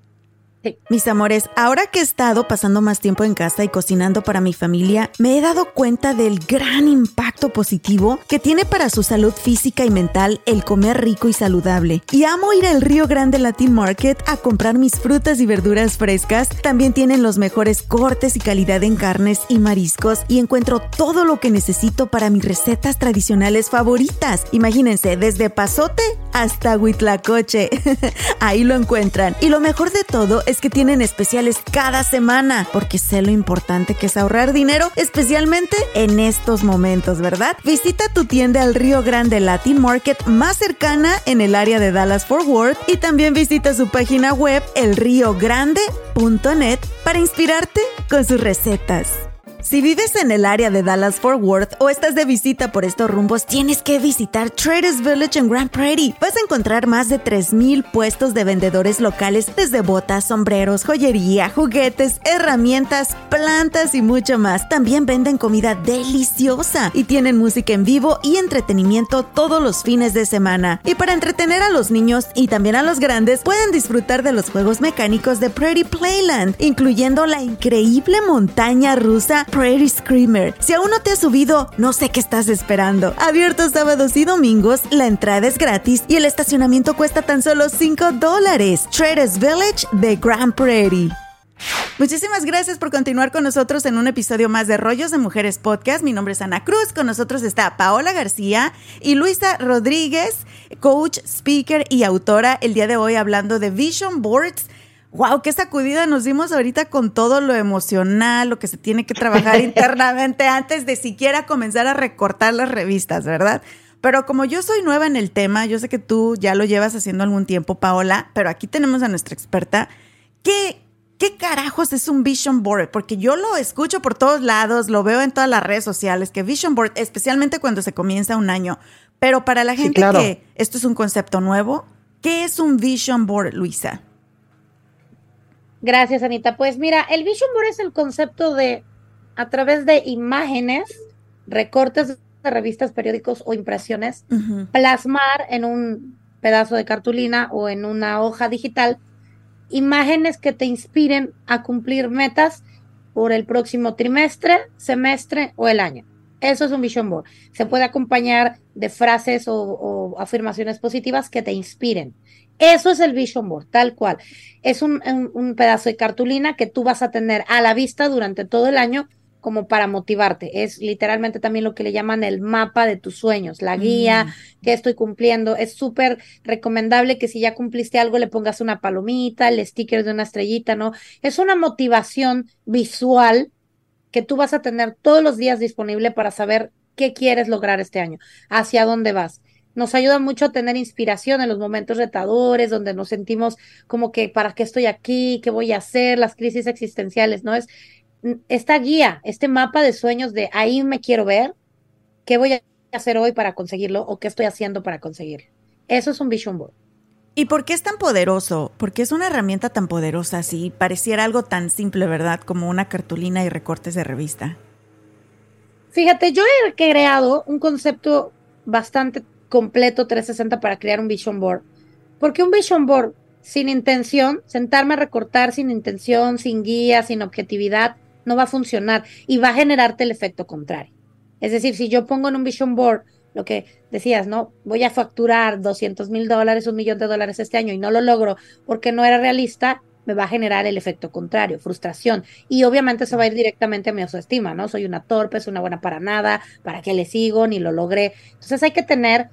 Sí. Mis amores, ahora que he estado pasando más tiempo en casa y cocinando para mi familia, me he dado cuenta del gran impacto positivo que tiene para su salud física y mental el comer rico y saludable. Y amo ir al Río Grande Latin Market a comprar mis frutas y verduras frescas. También tienen los mejores cortes y calidad en carnes y mariscos y encuentro todo lo que necesito para mis recetas tradicionales favoritas. Imagínense, desde pasote hasta huitlacoche. Ahí lo encuentran. Y lo mejor de todo es que tienen especiales cada semana, porque sé lo importante que es ahorrar dinero, especialmente en estos momentos, ¿verdad? Visita tu tienda al Río Grande Latin Market más cercana en el área de Dallas-Fort Worth y también visita su página web el rio grande punto net para inspirarte con sus recetas. Si vives en el área de Dallas-Fort Worth o estás de visita por estos rumbos, tienes que visitar Traders Village en Grand Prairie. Vas a encontrar más de tres mil puestos de vendedores locales, desde botas, sombreros, joyería, juguetes, herramientas, plantas y mucho más. También venden comida deliciosa y tienen música en vivo y entretenimiento todos los fines de semana. Y para entretener a los niños y también a los grandes, pueden disfrutar de los juegos mecánicos de Prairie Playland, incluyendo la increíble montaña rusa Prairie Screamer. Si aún no te has subido, no sé qué estás esperando. Abiertos sábados y domingos, la entrada es gratis y el estacionamiento cuesta tan solo cinco dólares. Traders Village de Grand Prairie. Muchísimas gracias por continuar con nosotros en un episodio más de Rollos de Mujeres Podcast. Mi nombre es Ana Cruz, con nosotros está Paola García y Luisa Rodríguez, coach, speaker y autora, el día de hoy hablando de Vision Boards. ¡Wow! ¡Qué sacudida nos dimos ahorita con todo lo emocional, lo que se tiene que trabajar internamente antes de siquiera comenzar a recortar las revistas, ¿verdad? Pero como yo soy nueva en el tema, yo sé que tú ya lo llevas haciendo algún tiempo, Paola, pero aquí tenemos a nuestra experta. ¿Qué, qué carajos es un Vision Board? Porque yo lo escucho por todos lados, lo veo en todas las redes sociales, que Vision Board, especialmente cuando se comienza un año. Pero para la Sí, gente claro. que esto es un concepto nuevo, ¿qué es un vision board, Luisa? Gracias, Anita. Pues mira, el Vision Board es el concepto de, a través de imágenes, recortes de revistas, periódicos o impresiones, Ujú. plasmar en un pedazo de cartulina o en una hoja digital imágenes que te inspiren a cumplir metas por el próximo trimestre, semestre o el año. Eso es un Vision Board. Se puede acompañar de frases o, o afirmaciones positivas que te inspiren. Eso es el Vision Board, tal cual. Es un, un, un pedazo de cartulina que tú vas a tener a la vista durante todo el año como para motivarte. Es literalmente también lo que le llaman el mapa de tus sueños, la guía Mm. que estoy cumpliendo. Es súper recomendable que si ya cumpliste algo le pongas una palomita, el sticker de una estrellita, ¿no? Es una motivación visual que tú vas a tener todos los días disponible para saber qué quieres lograr este año, hacia dónde vas. Nos ayuda mucho a tener inspiración en los momentos retadores, donde nos sentimos como que, ¿para qué estoy aquí? ¿Qué voy a hacer? Las crisis existenciales, ¿no? Es esta guía, este mapa de sueños de ahí me quiero ver, ¿qué voy a hacer hoy para conseguirlo o qué estoy haciendo para conseguirlo? Eso es un Vision Board. ¿Y por qué es tan poderoso? ¿Por qué es una herramienta tan poderosa si pareciera algo tan simple, verdad? Como una cartulina y recortes de revista. Fíjate, yo he creado un concepto bastante completo trescientos sesenta para crear un Vision Board. Porque un Vision Board sin intención, sentarme a recortar sin intención, sin guía, sin objetividad, no va a funcionar y va a generarte el efecto contrario. Es decir, si yo pongo en un Vision Board lo que decías, ¿no? Voy a facturar doscientos mil dólares, un millón de dólares este año y no lo logro porque no era realista, me va a generar el efecto contrario, frustración. Y obviamente eso va a ir directamente a mi autoestima, ¿no? Soy una torpe, soy una buena para nada, ¿para qué le sigo? Ni lo logré. Entonces hay que tener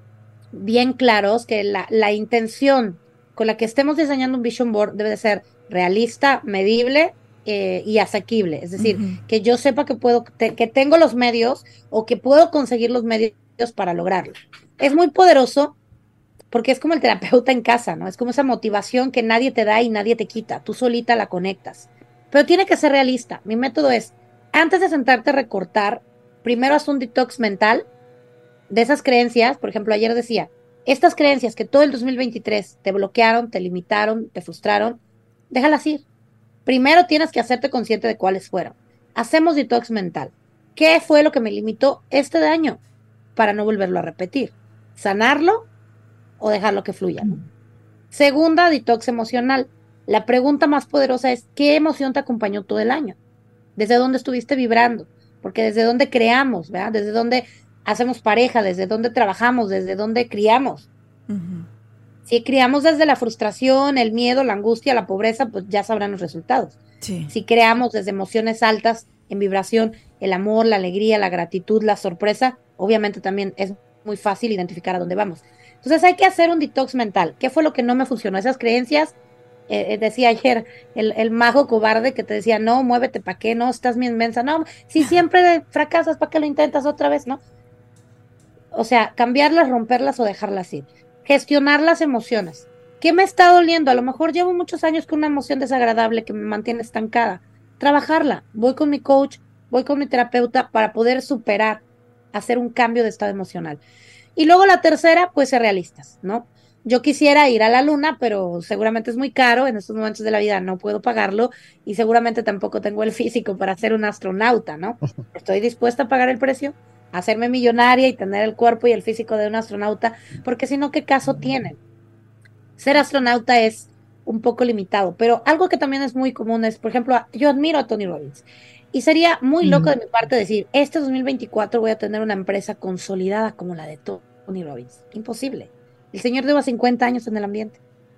bien claros que la, la intención con la que estemos diseñando un Vision Board debe de ser realista, medible eh, y asequible. Es decir, Ujú. que yo sepa que puedo, te, que tengo los medios o que puedo conseguir los medios para lograrlo. Es muy poderoso porque es como el terapeuta en casa, ¿no? Es como esa motivación que nadie te da y nadie te quita. Tú solita la conectas. Pero tiene que ser realista. Mi método es, antes de sentarte a recortar, primero haz un detox mental de esas creencias. Por ejemplo, ayer decía, estas creencias que todo el dos mil veintitrés te bloquearon, te limitaron, te frustraron, déjalas ir. Primero tienes que hacerte consciente de cuáles fueron. Hacemos detox mental. ¿Qué fue lo que me limitó este año? Para no volverlo a repetir. Sanarlo o dejarlo que fluya, ¿no? Segunda, detox emocional. La pregunta más poderosa es, ¿qué emoción te acompañó todo el año? ¿Desde dónde estuviste vibrando? Porque desde dónde creamos, ¿verdad? Desde dónde hacemos pareja, desde dónde trabajamos, desde dónde criamos. Ujú. Si criamos desde la frustración, el miedo, la angustia, la pobreza, pues ya sabrán los resultados. Sí. Si creamos desde emociones altas en vibración, el amor, la alegría, la gratitud, la sorpresa, obviamente también es muy fácil identificar a dónde vamos. Entonces hay que hacer un detox mental. ¿Qué fue lo que no me funcionó? Esas creencias, eh, decía ayer el, el mago cobarde que te decía, no, muévete, ¿para qué? No, estás bien inmensa. No, si siempre fracasas, ¿para qué lo intentas otra vez? ¿No? O sea, cambiarlas, romperlas o dejarlas ir. Gestionar las emociones. ¿Qué me está doliendo? A lo mejor llevo muchos años con una emoción desagradable que me mantiene estancada. Trabajarla. Voy con mi coach, voy con mi terapeuta para poder superar, hacer un cambio de estado emocional. Y luego la tercera, pues ser realistas, ¿no? Yo quisiera ir a la luna, pero seguramente es muy caro. En estos momentos de la vida no puedo pagarlo y seguramente tampoco tengo el físico para ser un astronauta, ¿no? ¿Estoy dispuesta a pagar el precio? Hacerme millonaria y tener el cuerpo y el físico de un astronauta, porque si no, ¿qué caso tiene? Ser astronauta es un poco limitado, pero algo que también es muy común es, por ejemplo, yo admiro a Tony Robbins y sería muy loco de mi parte decir, este dos mil veinticuatro voy a tener una empresa consolidada como la de Tony Robbins. Imposible. El señor lleva cincuenta años en el ambiente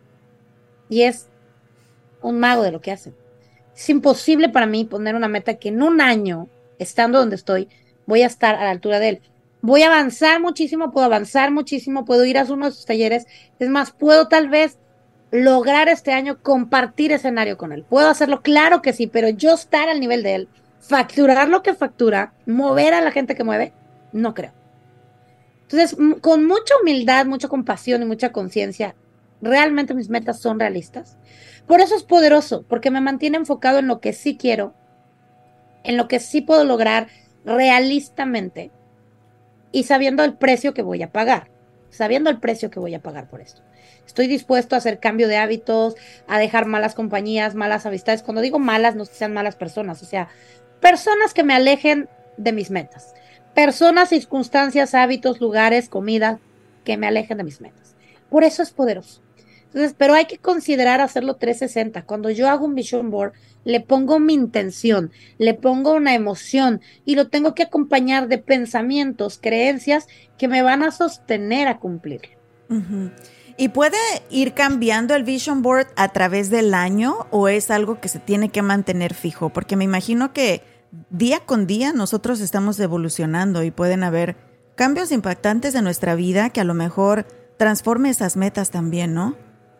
y es un mago de lo que hace. Es imposible para mí poner una meta que en un año, estando donde estoy, voy a estar a la altura de él. Voy a avanzar muchísimo, puedo avanzar muchísimo, puedo ir a uno de sus talleres. Es más, puedo tal vez lograr este año compartir escenario con él. ¿Puedo hacerlo? Claro que sí, pero yo estar al nivel de él, facturar lo que factura, mover a la gente que mueve, no creo. Entonces, con mucha humildad, mucha compasión y mucha conciencia, realmente mis metas son realistas. Por eso es poderoso, porque me mantiene enfocado en lo que sí quiero, en lo que sí puedo lograr realistamente y sabiendo el precio que voy a pagar, sabiendo el precio que voy a pagar por esto. Estoy dispuesto a hacer cambio de hábitos, a dejar malas compañías, malas amistades. Cuando digo malas, no es que sean malas personas, o sea, personas que me alejen de mis metas. Personas, circunstancias, hábitos, lugares, comida, que me alejen de mis metas. Por eso es poderoso. Entonces, pero hay que considerar hacerlo trescientos sesenta. Cuando yo hago un vision board, le pongo mi intención, le pongo una emoción y lo tengo que acompañar de pensamientos, creencias que me van a sostener a cumplirlo. Uh-huh. ¿Y puede ir cambiando el vision board a través del año o es algo que se tiene que mantener fijo? Porque me imagino que día con día nosotros estamos evolucionando y pueden haber cambios impactantes en nuestra vida que a lo mejor transforme esas metas también, ¿no?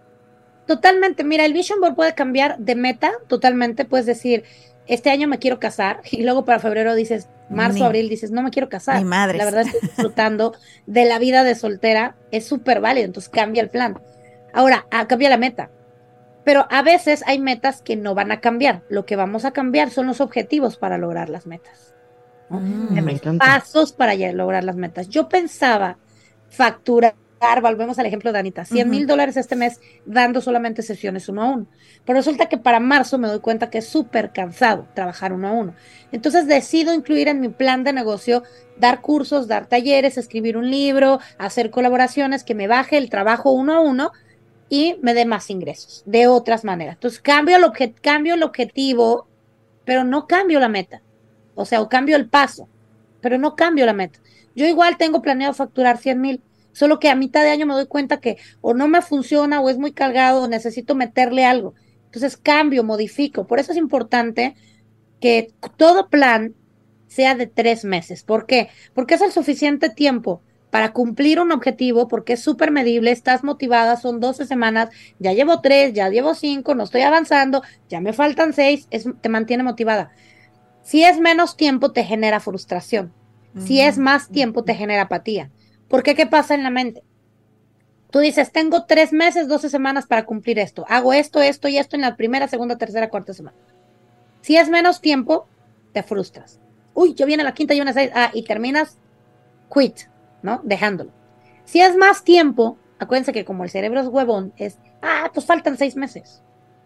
Totalmente. Mira, el vision board puede cambiar de meta totalmente. Puedes decir, este año me quiero casar y luego para febrero dices, marzo, Ni, abril dices, no me quiero casar. Mi madre. La verdad estoy disfrutando de la vida de soltera. Es súper válido. Entonces cambia el plan. Ahora, ah, cambia la meta. Pero a veces hay metas que no van a cambiar. Lo que vamos a cambiar son los objetivos para lograr las metas, ¿no? Mm, me encanta. Pasos para lograr las metas. Yo pensaba facturar, volvemos al ejemplo de Anita, cien mil uh-huh. dólares este mes dando solamente sesiones uno a uno. Pero resulta que para marzo me doy cuenta que es súper cansado trabajar uno a uno. Entonces decido incluir en mi plan de negocio dar cursos, dar talleres, escribir un libro, hacer colaboraciones, que me baje el trabajo uno a uno y me dé más ingresos de otras maneras. Entonces cambio el, obje- cambio el objetivo, pero no cambio la meta. O sea, o cambio el paso, pero no cambio la meta. Yo igual tengo planeado facturar cien mil, solo que a mitad de año me doy cuenta que o no me funciona o es muy cargado o necesito meterle algo. Entonces cambio, modifico. Por eso es importante que todo plan sea de tres meses. ¿Por qué? Porque es el suficiente tiempo para cumplir un objetivo, porque es súper medible, estás motivada, son doce semanas, ya llevo tres, ya llevo cinco, no estoy avanzando, ya me faltan seis, es, te mantiene motivada. Si es menos tiempo, te genera frustración. Si es más tiempo, te genera apatía. ¿Por qué? ¿Qué pasa en la mente? Tú dices, tengo tres meses, doce semanas para cumplir esto. Hago esto, esto y esto en la primera, segunda, tercera, cuarta semana. Si es menos tiempo, te frustras. Uy, yo viene la quinta y una seis. Ah, y terminas quit, ¿no? Dejándolo. Si es más tiempo, acuérdense que como el cerebro es huevón, es, ah, pues faltan seis meses.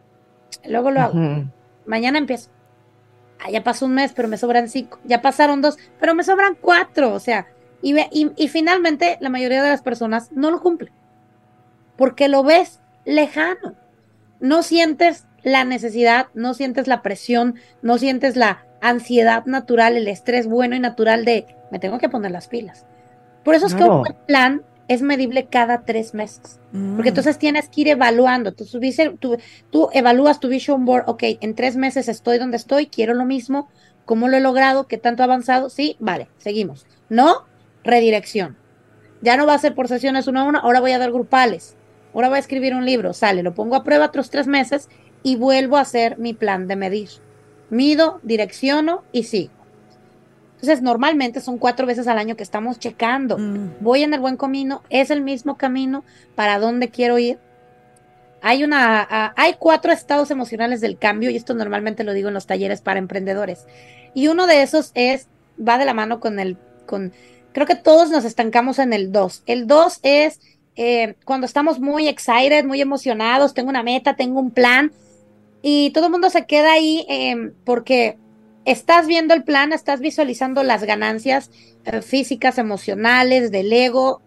Luego lo hago. Uh-huh. Mañana empiezo. Ah, ya pasó un mes, pero me sobran cinco. Ya pasaron dos, pero me sobran cuatro. O sea, y, y, y finalmente la mayoría de las personas no lo cumplen. Porque lo ves lejano. No sientes la necesidad, no sientes la presión, no sientes la ansiedad natural, el estrés bueno y natural de me tengo que poner las pilas. Por eso es no. que un buen plan es medible cada tres meses. Mm. Porque entonces tienes que ir evaluando. Tú, tú, tú evalúas tu vision board. Ok, en tres meses estoy donde estoy, quiero lo mismo. ¿Cómo lo he logrado? ¿Qué tanto ha avanzado? Sí, vale, seguimos. No, redirección. Ya no va a ser por sesiones uno a uno, ahora voy a dar grupales. Ahora voy a escribir un libro. Sale, lo pongo a prueba otros tres meses y vuelvo a hacer mi plan de medir. Mido, direcciono y sigo. Entonces, normalmente son cuatro veces al año que estamos checando. Mm. Voy en el buen camino, es el mismo camino, para dónde quiero ir. Hay una, uh, hay cuatro estados emocionales del cambio, y esto normalmente lo digo en los talleres para emprendedores. Y uno de esos es, va de la mano con el, con, creo que todos nos estancamos en el dos. El dos es eh, cuando estamos muy excited, muy emocionados, tengo una meta, tengo un plan, y todo el mundo se queda ahí eh, porque estás viendo el plan, estás visualizando las ganancias eh, físicas, emocionales, del ego,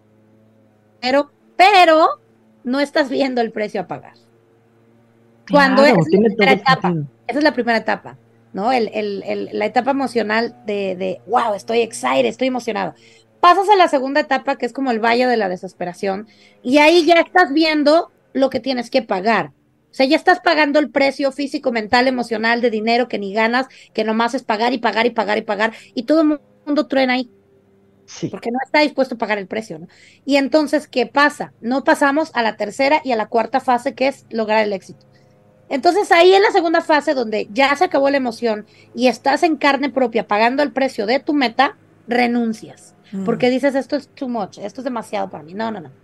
pero, pero no estás viendo el precio a pagar. Cuando claro, es la primera etapa, sentido. Esa es la primera etapa, ¿no? El, el, el, la etapa emocional de, de, wow, estoy excited, estoy emocionado. Pasas a la segunda etapa, que es como el valle de la desesperación, y ahí ya estás viendo lo que tienes que pagar. O sea, ya estás pagando el precio físico, mental, emocional, de dinero que ni ganas, que nomás es pagar y pagar y pagar y pagar, y todo el mundo truena ahí. Sí. Porque no está dispuesto a pagar el precio, ¿no? Y entonces, ¿qué pasa? No pasamos a la tercera y a la cuarta fase, que es lograr el éxito. Entonces, ahí en la segunda fase, donde ya se acabó la emoción y estás en carne propia pagando el precio de tu meta, renuncias. Mm. Porque dices, esto es too much, esto es demasiado para mí. No, no, no.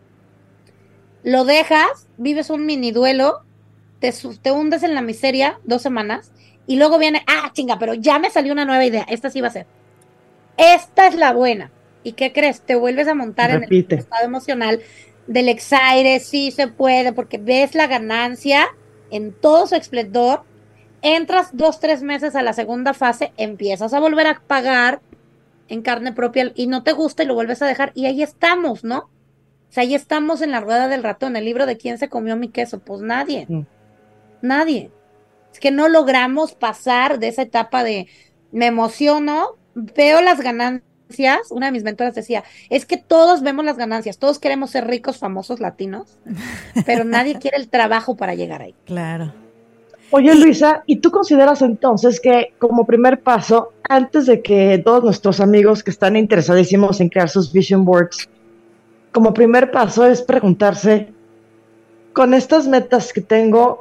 Lo dejas, vives un mini duelo, Te, te hundes en la miseria dos semanas y luego viene, ah, chinga, pero ya me salió una nueva idea, esta sí va a ser. Esta es la buena. ¿Y qué crees? Te vuelves a montar Repite. en el estado emocional del exaire, sí se puede, porque ves la ganancia en todo su esplendor, entras dos, tres meses a la segunda fase, empiezas a volver a pagar en carne propia y no te gusta y lo vuelves a dejar y ahí estamos, ¿no? O sea, ahí estamos en la rueda del ratón, el libro de quién se comió mi queso, pues nadie, Mm. nadie. Es que no logramos pasar de esa etapa de me emociono, veo las ganancias. Una de mis mentoras decía, es que todos vemos las ganancias, todos queremos ser ricos, famosos latinos, pero nadie quiere el trabajo para llegar ahí. Claro. Oye, Luisa, ¿y tú consideras entonces que como primer paso, antes de que todos nuestros amigos que están interesadísimos en crear sus vision boards, como primer paso es preguntarse, con estas metas que tengo,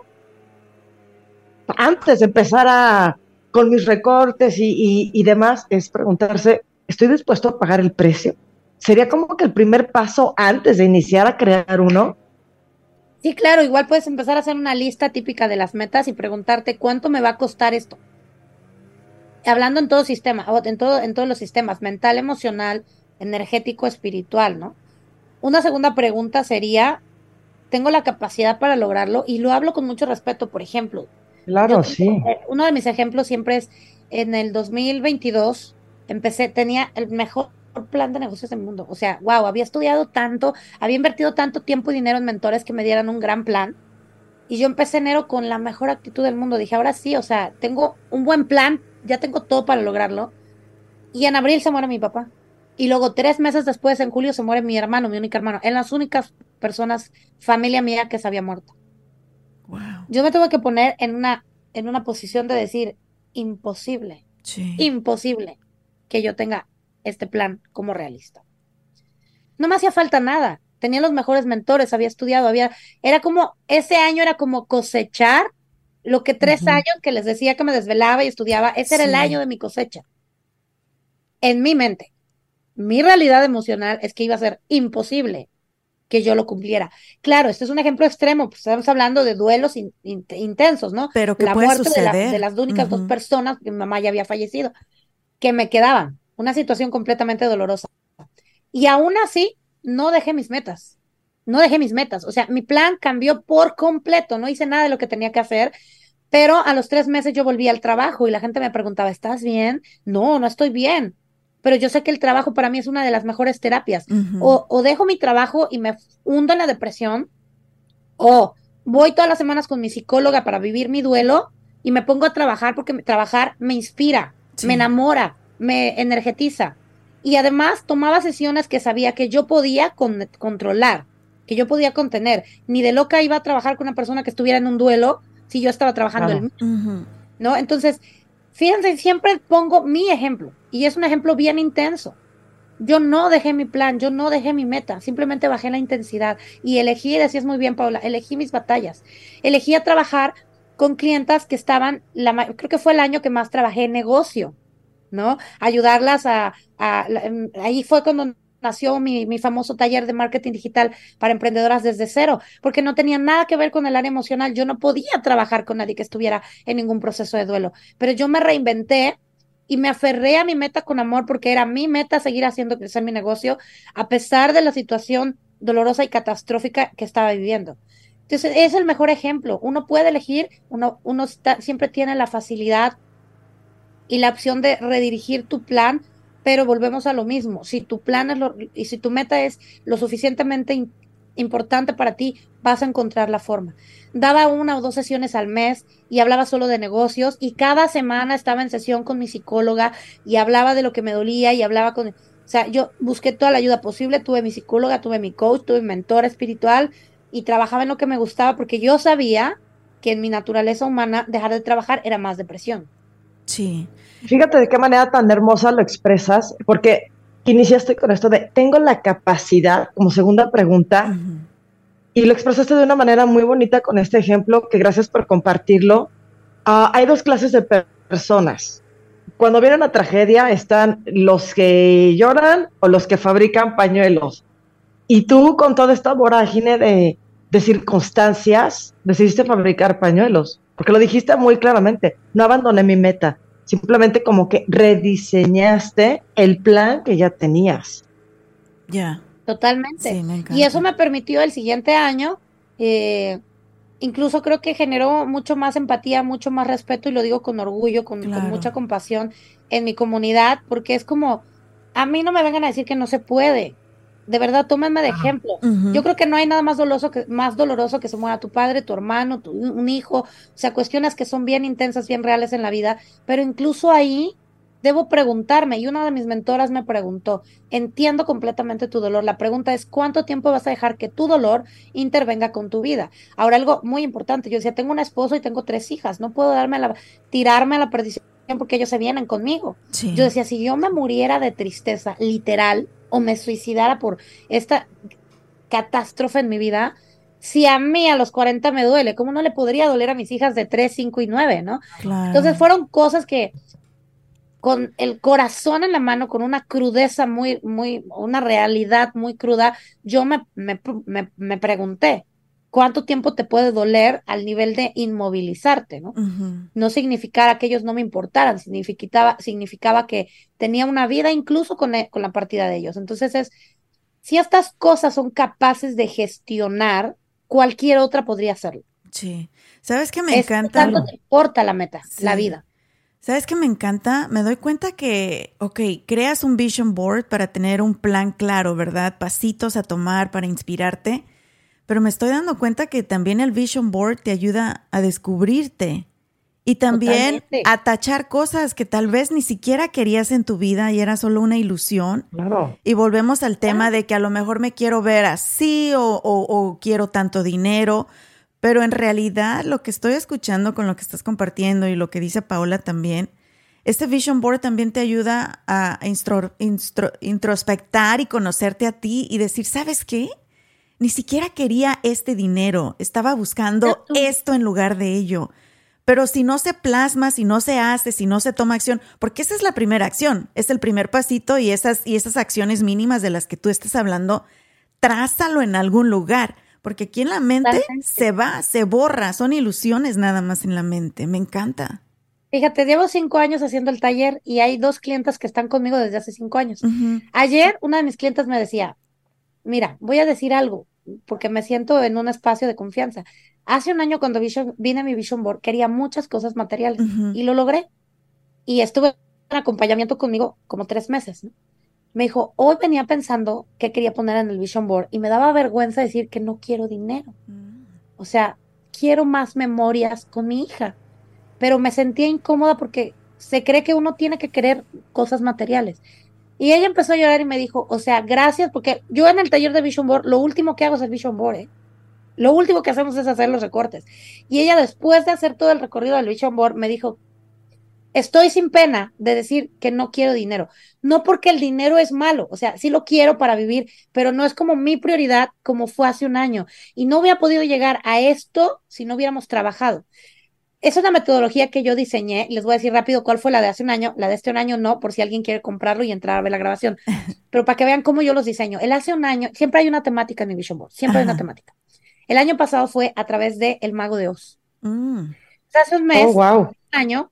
antes de empezar a, con mis recortes y, y, y demás, es preguntarse, ¿estoy dispuesto a pagar el precio? ¿Sería como que el primer paso antes de iniciar a crear uno? Sí, claro, igual puedes empezar a hacer una lista típica de las metas y preguntarte cuánto me va a costar esto. Hablando en todo sistema, o en todo, en todos los sistemas, mental, emocional, energético, espiritual, ¿no? Una segunda pregunta sería, ¿tengo la capacidad para lograrlo? Y lo hablo con mucho respeto, por ejemplo. Claro, Yo sí. tengo, eh, uno de mis ejemplos siempre es, en el dos mil veintidós, empecé, tenía el mejor plan de negocios del mundo. O sea, wow, había estudiado tanto, había invertido tanto tiempo y dinero en mentores que me dieran un gran plan. Y yo empecé enero con la mejor actitud del mundo. Dije, ahora sí, o sea, tengo un buen plan, ya tengo todo para lograrlo. Y en abril se muere mi papá. Y luego tres meses después, en julio, se muere mi hermano, mi único hermano. En las únicas personas, familia mía, que se había muerto. Wow. Yo me tuve que poner en una, en una posición de decir, imposible, Sí. imposible que yo tenga este plan como realista. No me hacía falta nada. Tenía los mejores mentores, había estudiado, había, era como, ese año era como cosechar lo que tres Ujú. años que les decía que me desvelaba y estudiaba, ese era el Sí. año de mi cosecha. En mi mente, mi realidad emocional es que iba a ser imposible que yo lo cumpliera. Claro, este es un ejemplo extremo, pues estamos hablando de duelos in- in- intensos, ¿no? Pero que La puede muerte de, la- suceder. de las únicas dos Ujú. personas, que mi mamá ya había fallecido, que me quedaban. Una situación completamente dolorosa. Y aún así, no dejé mis metas. No dejé mis metas. O sea, mi plan cambió por completo. No hice nada de lo que tenía que hacer. Pero a los tres meses yo volví al trabajo y la gente me preguntaba, ¿estás bien? No, no estoy bien. Pero yo sé que el trabajo para mí es una de las mejores terapias. Ujú. O, o dejo mi trabajo y me hundo en la depresión, o voy todas las semanas con mi psicóloga para vivir mi duelo y me pongo a trabajar porque me- trabajar me inspira, Sí. me enamora, me energetiza. Y además tomaba sesiones que sabía que yo podía con- controlar, que yo podía contener. Ni de loca iba a trabajar con una persona que estuviera en un duelo si yo estaba trabajando Claro. el mío, Ujú. ¿no? Entonces, fíjense, siempre pongo mi ejemplo y es un ejemplo bien intenso. Yo no dejé mi plan, yo no dejé mi meta, simplemente bajé la intensidad y elegí, decías muy bien, Paula, elegí mis batallas. Elegí a trabajar con clientas que estaban, la, ma- creo que fue el año que más trabajé en negocio, ¿no? Ayudarlas a, a- la- em, ahí fue cuando nació mi, mi famoso taller de marketing digital para emprendedoras desde cero, porque no tenía nada que ver con el área emocional. Yo no podía trabajar con nadie que estuviera en ningún proceso de duelo, pero yo me reinventé y me aferré a mi meta con amor porque era mi meta seguir haciendo crecer mi negocio a pesar de la situación dolorosa y catastrófica que estaba viviendo. Entonces, es el mejor ejemplo. Uno puede elegir, uno, uno está, siempre tiene la facilidad y la opción de redirigir tu plan, pero volvemos a lo mismo. Si tu plan es lo, y si tu meta es lo suficientemente in, importante para ti, vas a encontrar la forma. Daba una o dos sesiones al mes y hablaba solo de negocios y cada semana estaba en sesión con mi psicóloga y hablaba de lo que me dolía y hablaba con... O sea, yo busqué toda la ayuda posible, tuve mi psicóloga, tuve mi coach, tuve mi mentora espiritual y trabajaba en lo que me gustaba porque yo sabía que en mi naturaleza humana dejar de trabajar era más depresión. Sí. Fíjate de qué manera tan hermosa lo expresas, porque iniciaste con esto de tengo la capacidad, como segunda pregunta, Ujú. y lo expresaste de una manera muy bonita con este ejemplo, que gracias por compartirlo. Ah, hay dos clases de per- personas. Cuando viene una tragedia están los que lloran o los que fabrican pañuelos. Y tú con toda esta vorágine de, de circunstancias decidiste fabricar pañuelos, porque lo dijiste muy claramente, no abandoné mi meta, simplemente como que rediseñaste el plan que ya tenías. Ya. Totalmente. Sí, me encanta. Y eso me permitió el siguiente año, eh, incluso creo que generó mucho más empatía, mucho más respeto, y lo digo con orgullo, con, con Claro. mucha compasión en mi comunidad, porque es como, a mí no me vengan a decir que no se puede. De verdad, tómenme de ejemplo. Ujú. Yo creo que no hay nada más doloroso que, más doloroso que se muera tu padre, tu hermano, tu, un hijo, o sea, cuestiones que son bien intensas, bien reales en la vida, pero incluso ahí debo preguntarme, y una de mis mentoras me preguntó, entiendo completamente tu dolor, la pregunta es, ¿cuánto tiempo vas a dejar que tu dolor intervenga con tu vida? Ahora, algo muy importante, yo decía, tengo un esposo y tengo tres hijas, no puedo darme a la, tirarme a la perdición porque ellos se vienen conmigo. Sí. Yo decía, si yo me muriera de tristeza, literal, o me suicidara por esta catástrofe en mi vida, si a mí a los cuarenta me duele, ¿cómo no le podría doler a mis hijas de tres, cinco y nueve, no? Claro. Entonces fueron cosas que con el corazón en la mano, con una crudeza muy, muy, una realidad muy cruda, yo me, me, me, me pregunté, ¿cuánto tiempo te puede doler al nivel de inmovilizarte, no? Ujú. No significara que ellos no me importaran, significaba, significaba que tenía una vida incluso con, e- con la partida de ellos. Entonces es, si estas cosas son capaces de gestionar, cualquier otra podría hacerlo. Sí. ¿Sabes qué me Es encanta? tanto te importa la meta, Sí. la vida. ¿Sabes qué me encanta? Me doy cuenta que, ok, creas un vision board para tener un plan claro, ¿verdad? Pasitos a tomar para inspirarte, pero me estoy dando cuenta que también el vision board te ayuda a descubrirte y también Totalmente. a tachar cosas que tal vez ni siquiera querías en tu vida y era solo una ilusión. Claro. Y volvemos al tema de que a lo mejor me quiero ver así o, o, o quiero tanto dinero, pero en realidad lo que estoy escuchando con lo que estás compartiendo y lo que dice Paola también, este vision board también te ayuda a instro, instro, introspectar y conocerte a ti y decir, ¿sabes qué? Ni siquiera quería este dinero, estaba buscando esto en lugar de ello. Pero si no se plasma, si no se hace, si no se toma acción, porque esa es la primera acción, es el primer pasito y esas, y esas acciones mínimas de las que tú estás hablando, trázalo en algún lugar. Porque aquí en la mente Totalmente. se va, se borra, son ilusiones nada más en la mente. Me encanta. Fíjate, llevo cinco años haciendo el taller y hay dos clientas que están conmigo desde hace cinco años. Uh-huh. Ayer una de mis clientas me decía, mira, voy a decir algo porque me siento en un espacio de confianza. Hace un año cuando Vision, vine a mi Vision Board quería muchas cosas materiales Uh-huh. y lo logré. Y estuve en acompañamiento conmigo como tres meses, ¿no? Me dijo, hoy venía pensando qué quería poner en el Vision Board y me daba vergüenza decir que no quiero dinero. Uh-huh. O sea, quiero más memorias con mi hija, pero me sentía incómoda porque se cree que uno tiene que querer cosas materiales. Y ella empezó a llorar y me dijo, o sea, gracias, porque yo en el taller de Vision Board, lo último que hago es el Vision Board, ¿eh? Lo último que hacemos es hacer los recortes. Y ella, después de hacer todo el recorrido del Vision Board, me dijo, estoy sin pena de decir que no quiero dinero. No porque el dinero es malo, o sea, sí lo quiero para vivir, pero no es como mi prioridad como fue hace un año. Y no hubiera podido llegar a esto si no hubiéramos trabajado. Es una metodología que yo diseñé, y les voy a decir rápido cuál fue la de hace un año, la de este un año no, por si alguien quiere comprarlo y entrar a ver la grabación, pero para que vean cómo yo los diseño. El hace un año, siempre hay una temática en mi Vision Board, siempre Ajá. hay una temática. El año pasado fue a través de El Mago de Oz. Mm. O sea, hace un mes, Oh, wow. un año,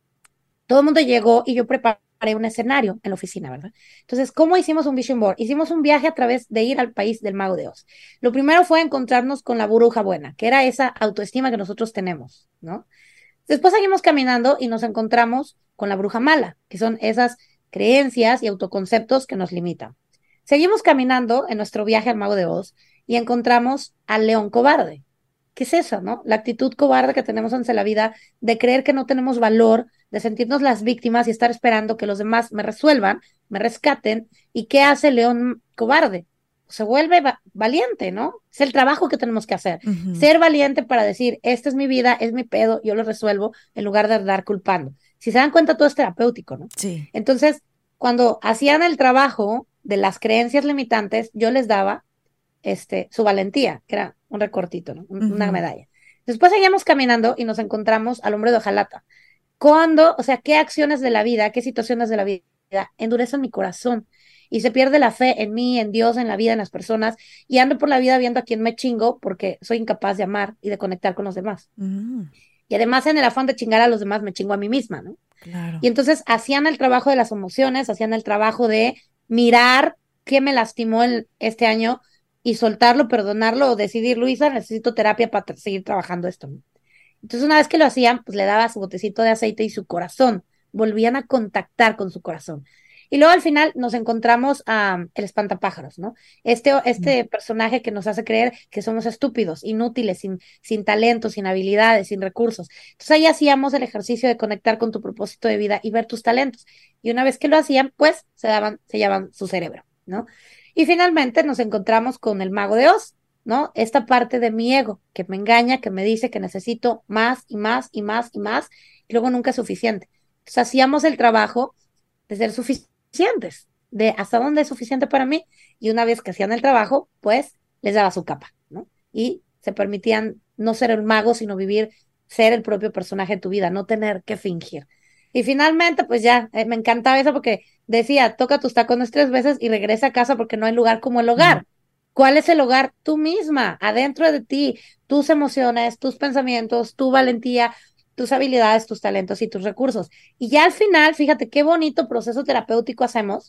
todo el mundo llegó y yo preparé un escenario en la oficina, ¿verdad? Entonces, ¿cómo hicimos un Vision Board? Hicimos un viaje a través de ir al país del Mago de Oz. Lo primero fue encontrarnos con la bruja buena, que era esa autoestima que nosotros tenemos, ¿no? Después seguimos caminando y nos encontramos con la bruja mala, que son esas creencias y autoconceptos que nos limitan. Seguimos caminando en nuestro viaje al Mago de Oz y encontramos al león cobarde. ¿Qué es eso, no? La actitud cobarde que tenemos ante la vida de creer que no tenemos valor, de sentirnos las víctimas y estar esperando que los demás me resuelvan, me rescaten. ¿Y qué hace el león cobarde? Se vuelve va- valiente, ¿no? Es el trabajo que tenemos que hacer. Uh-huh. Ser valiente para decir, esta es mi vida, es mi pedo, yo lo resuelvo, en lugar de andar culpando. Si se dan cuenta, todo es terapéutico, ¿no? Sí. Entonces, cuando hacían el trabajo de las creencias limitantes, yo les daba este, su valentía, que era un recortito, ¿no? Un- Uh-huh. Una medalla. Después seguíamos caminando y nos encontramos al hombre de hojalata. Cuando, o sea, qué acciones de la vida, qué situaciones de la vida endurecen mi corazón y se pierde la fe en mí, en Dios, en la vida, en las personas, y ando por la vida viendo a quién me chingo porque soy incapaz de amar y de conectar con los demás. Uh-huh. Y además en el afán de chingar a los demás me chingo a mí misma, ¿no? Claro. Y entonces hacían el trabajo de las emociones, hacían el trabajo de mirar qué me lastimó el, este año y soltarlo, perdonarlo o decidir, Luisa, necesito terapia para tra- seguir trabajando esto. Entonces, una vez que lo hacían, pues le daba su botecito de aceite y su corazón. Volvían a contactar con su corazón. Y luego al final nos encontramos a el espantapájaros, ¿no? Este, este personaje que nos hace creer que somos estúpidos, inútiles, sin, sin talento, sin habilidades, sin recursos. Entonces ahí hacíamos el ejercicio de conectar con tu propósito de vida y ver tus talentos. Y una vez que lo hacían, pues se daban, se llevaban su cerebro, ¿no? Y finalmente nos encontramos con el mago de Oz, ¿no? Esta parte de mi ego que me engaña, que me dice que necesito más y más y más y más, y luego nunca es suficiente. Entonces hacíamos el trabajo de ser suficientes, de hasta dónde es suficiente para mí, y una vez que hacían el trabajo, pues les daba su capa, ¿no? Y se permitían no ser el mago, sino vivir, ser el propio personaje de tu vida, no tener que fingir. Y finalmente, pues ya, eh, me encantaba eso porque decía, toca tus tacones tres veces y regresa a casa porque no hay lugar como el hogar. Mm. ¿Cuál es el hogar? Tú misma, adentro de ti, tus emociones, tus pensamientos, tu valentía, tus habilidades, tus talentos y tus recursos. Y ya al final, fíjate qué bonito proceso terapéutico hacemos,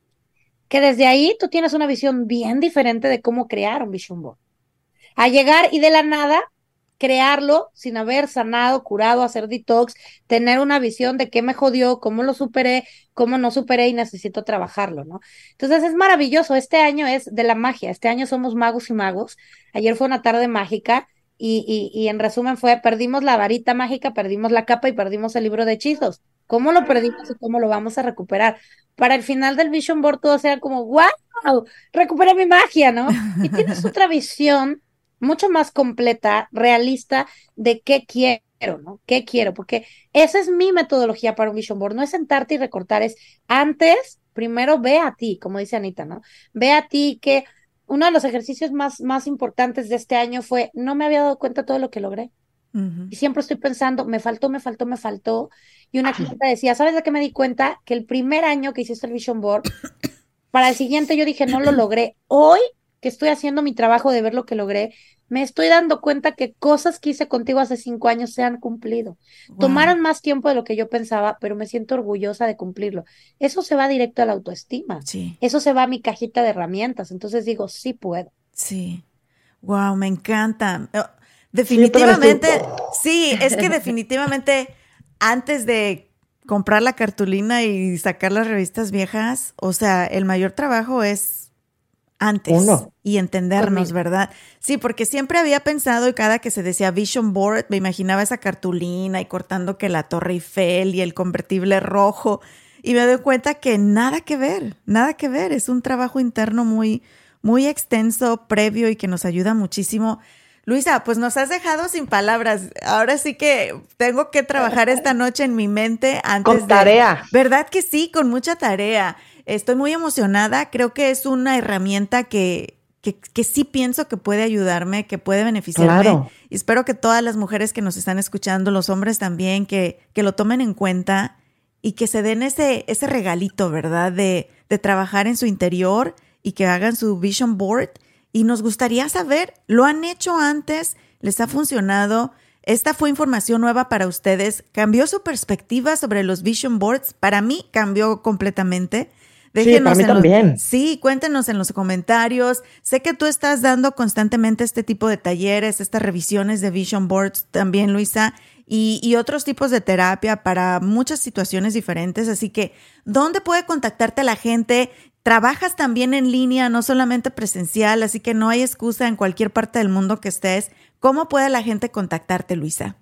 que desde ahí tú tienes una visión bien diferente de cómo crear un vision board. A llegar y de la nada, crearlo sin haber sanado, curado, hacer detox, tener una visión de qué me jodió, cómo lo superé, cómo no superé y necesito trabajarlo, ¿no? Entonces es maravilloso. Este año es de la magia. Este año somos magos y magos. Ayer fue una tarde mágica. Y, y, y en resumen fue, perdimos la varita mágica, perdimos la capa y perdimos el libro de hechizos. ¿Cómo lo perdimos y cómo lo vamos a recuperar? Para el final del Vision Board todo sea como, wow, recuperé mi magia, ¿no? Y tienes otra visión mucho más completa, realista de qué quiero, ¿no? ¿Qué quiero? Porque esa es mi metodología para un Vision Board. No es sentarte y recortar, es antes, primero ve a ti, como dice Anita, ¿no? Ve a ti que uno de los ejercicios más, más importantes de este año fue, no me había dado cuenta de todo lo que logré. Uh-huh. Y siempre estoy pensando, me faltó, me faltó, me faltó. Y una clienta decía, ¿sabes de qué me di cuenta? Que el primer año que hiciste el Vision Board, para el siguiente yo dije, no lo logré. Hoy que estoy haciendo mi trabajo de ver lo que logré, me estoy dando cuenta que cosas que hice contigo hace cinco años se han cumplido. Wow. Tomaron más tiempo de lo que yo pensaba, pero me siento orgullosa de cumplirlo. Eso se va directo a la autoestima. Sí. Eso se va a mi cajita de herramientas. Entonces digo, sí puedo. Sí. Wow, me encanta. Definitivamente, sí, es que definitivamente antes de comprar la cartulina y sacar las revistas viejas, o sea, el mayor trabajo es antes Uno. y entendernos, ¿verdad? Sí, porque siempre había pensado y cada que se decía Vision Board, me imaginaba esa cartulina y cortando que la Torre Eiffel y el convertible rojo y me doy cuenta que nada que ver, nada que ver. Es un trabajo interno muy, muy extenso, previo y que nos ayuda muchísimo. Luisa, pues nos has dejado sin palabras. Ahora sí que tengo que trabajar esta noche en mi mente antes Con tarea. de... ¿Verdad que sí? Con mucha tarea. Estoy muy emocionada. Creo que es una herramienta que, que, que sí pienso que puede ayudarme, que puede beneficiarme. Claro. Y espero que todas las mujeres que nos están escuchando, los hombres también, que, que lo tomen en cuenta y que se den ese, ese regalito, ¿verdad? De, de trabajar en su interior y que hagan su Vision Board. Y nos gustaría saber, ¿lo han hecho antes? ¿Les ha funcionado? Esta fue información nueva para ustedes. ¿Cambió su perspectiva sobre los Vision Boards? Para mí cambió completamente. Déjenos sí, para mí en también. Los, sí, cuéntenos en los comentarios. Sé que tú estás dando constantemente este tipo de talleres, estas revisiones de Vision Boards también, Luisa, y, y otros tipos de terapia para muchas situaciones diferentes. Así que, ¿dónde puede contactarte la gente? Trabajas también en línea, no solamente presencial, así que no hay excusa en cualquier parte del mundo que estés. ¿Cómo puede la gente contactarte, Luisa?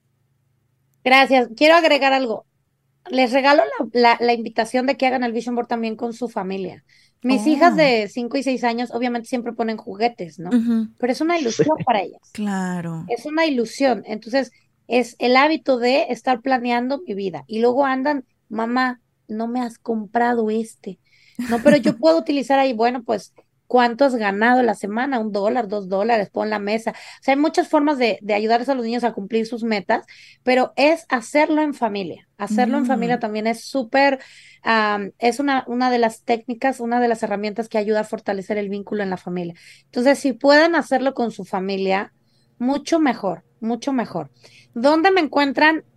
Gracias. Quiero agregar algo. Les regalo la, la, la invitación de que hagan el Vision Board también con su familia. Mis oh. hijas de cinco y seis años obviamente siempre ponen juguetes, ¿no? Uh-huh. Pero es una ilusión para ellas. Claro. Es una ilusión. Entonces, es el hábito de estar planeando mi vida. Y luego andan, mamá, no me has comprado este. No, pero yo puedo utilizar ahí, bueno, pues, ¿cuánto has ganado la semana? Un dólar, dos dólares, pon la mesa. O sea, hay muchas formas de, de ayudarles a los niños a cumplir sus metas, pero es hacerlo en familia. Hacerlo mm. en familia también es súper, um, es una, una de las técnicas, una de las herramientas que ayuda a fortalecer el vínculo en la familia. Entonces, si pueden hacerlo con su familia, mucho mejor, mucho mejor. ¿Dónde me encuentran? Todas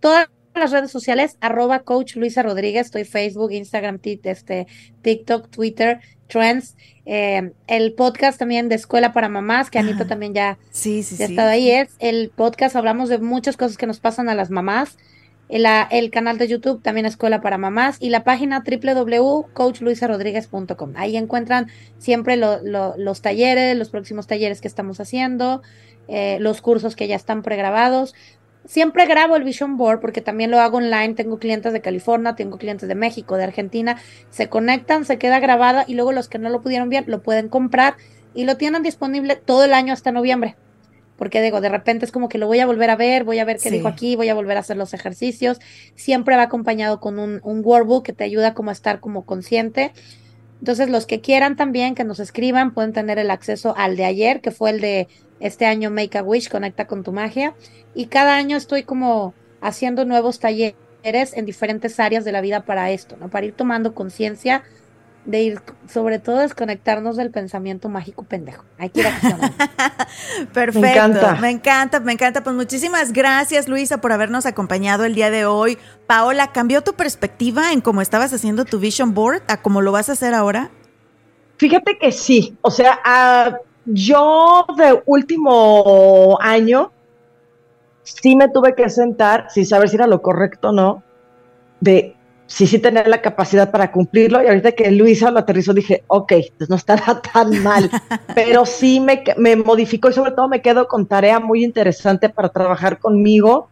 las redes sociales, arroba coach Luisa Rodríguez, estoy Facebook, Instagram, tit, este, TikTok, Twitter, Trends, eh, el podcast también de Escuela para Mamás, que Anita Ajá. también ya, Sí, sí, ya ha sí. estado ahí, es el podcast, hablamos de muchas cosas que nos pasan a las mamás, el, la- el canal de YouTube también Escuela para Mamás y la página doble u doble u doble u punto coach luisa rodríguez punto com. Ahí encuentran siempre lo- lo- los talleres, los próximos talleres que estamos haciendo, eh, los cursos que ya están pregrabados. Siempre grabo el Vision Board porque también lo hago online. Tengo clientes de California, tengo clientes de México, de Argentina. Se conectan, se queda grabada y luego los que no lo pudieron ver lo pueden comprar y lo tienen disponible todo el año hasta noviembre. Porque digo, de repente es como que lo voy a volver a ver, voy a ver qué Sí. dijo aquí, voy a volver a hacer los ejercicios. Siempre va acompañado con un, un workbook que te ayuda como a estar como consciente. Entonces, los que quieran también que nos escriban pueden tener el acceso al de ayer, que fue el de este año Make a Wish, Conecta con tu magia. Y cada año estoy como haciendo nuevos talleres en diferentes áreas de la vida para esto, ¿no? Para ir tomando conciencia de ir, sobre todo, desconectarnos del pensamiento mágico pendejo. Hay que ir accionando. Perfecto, Me encanta. me encanta, me encanta. Pues muchísimas gracias, Luisa, por habernos acompañado el día de hoy. Paola, ¿cambió tu perspectiva en cómo estabas haciendo tu Vision Board a cómo lo vas a hacer ahora? Fíjate que sí, o sea, ah, yo de último año sí me tuve que sentar sin saber si era lo correcto o no, de sí, sí tener la capacidad para cumplirlo, y ahorita que Luisa lo aterrizó dije, ok, pues no estará tan mal, pero sí me, me modificó y sobre todo me quedo con tarea muy interesante para trabajar conmigo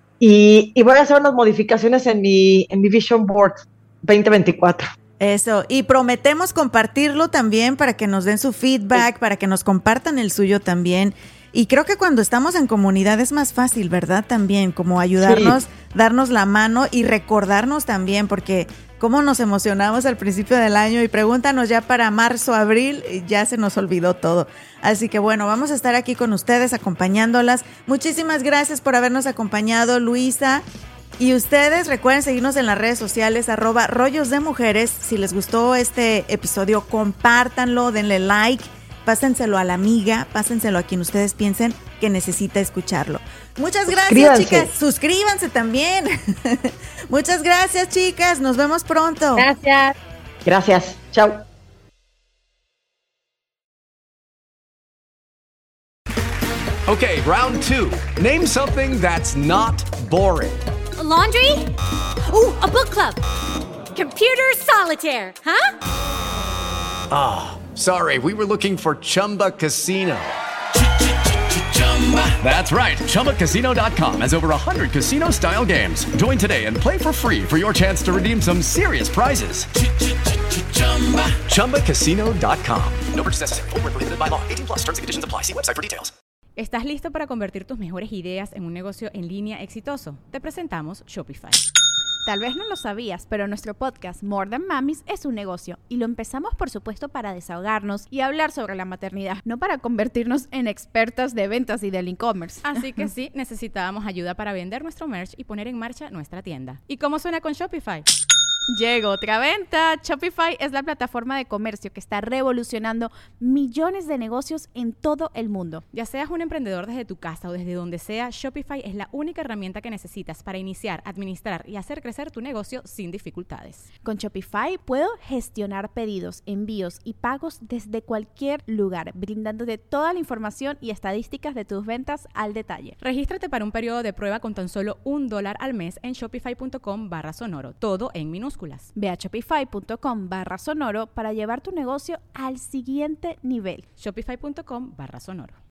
y, y voy a hacer unas modificaciones en mi, en mi Vision Board veinte veinticuatro. Eso, y prometemos compartirlo también para que nos den su feedback, para que nos compartan el suyo también. Y creo que cuando estamos en comunidad es más fácil, ¿verdad? También, como ayudarnos, sí. darnos la mano y recordarnos también, porque cómo nos emocionamos al principio del año y pregúntanos ya para marzo, abril, ya se nos olvidó todo. Así que bueno, vamos a estar aquí con ustedes acompañándolas. Muchísimas gracias por habernos acompañado, Luisa. Y ustedes recuerden seguirnos en las redes sociales, arroba rollos de mujeres. Si les gustó este episodio, compártanlo, denle like, pásenselo a la amiga, pásenselo a quien ustedes piensen que necesita escucharlo. Muchas gracias, chicas. Suscríbanse también. Muchas gracias, chicas. Nos vemos pronto. Gracias. Gracias. Chao. Okay, round two. Name something that's not boring. A laundry? Ooh, a book club. Computer solitaire, huh? Ah, oh, sorry, we were looking for Chumba Casino. That's right, Chumba Casino dot com has over one hundred casino-style games. Join today and play for free for your chance to redeem some serious prizes. Chumba Casino dot com. No purchase necessary. Void where prohibited by law. eighteen plus terms and conditions apply. See website for details. ¿Estás listo para convertir tus mejores ideas en un negocio en línea exitoso? Te presentamos Shopify. Tal vez no lo sabías, pero nuestro podcast More Than Mamis es un negocio y lo empezamos por supuesto para desahogarnos y hablar sobre la maternidad, no para convertirnos en expertas de ventas y del e-commerce. Así que sí, necesitábamos ayuda para vender nuestro merch y poner en marcha nuestra tienda. ¿Y cómo suena con Shopify? Llegó otra venta. Shopify es la plataforma de comercio que está revolucionando millones de negocios en todo el mundo. Ya seas un emprendedor desde tu casa o desde donde sea, Shopify es la única herramienta que necesitas para iniciar, administrar y hacer crecer tu negocio sin dificultades. Con Shopify puedo gestionar pedidos, envíos y pagos desde cualquier lugar, brindándote toda la información y estadísticas de tus ventas al detalle. Regístrate para un periodo de prueba con tan solo un dólar al mes en shopify.com barra sonoro, todo en minúsculas. Ve a shopify.com barra sonoro para llevar tu negocio al siguiente nivel. Shopify.com barra sonoro.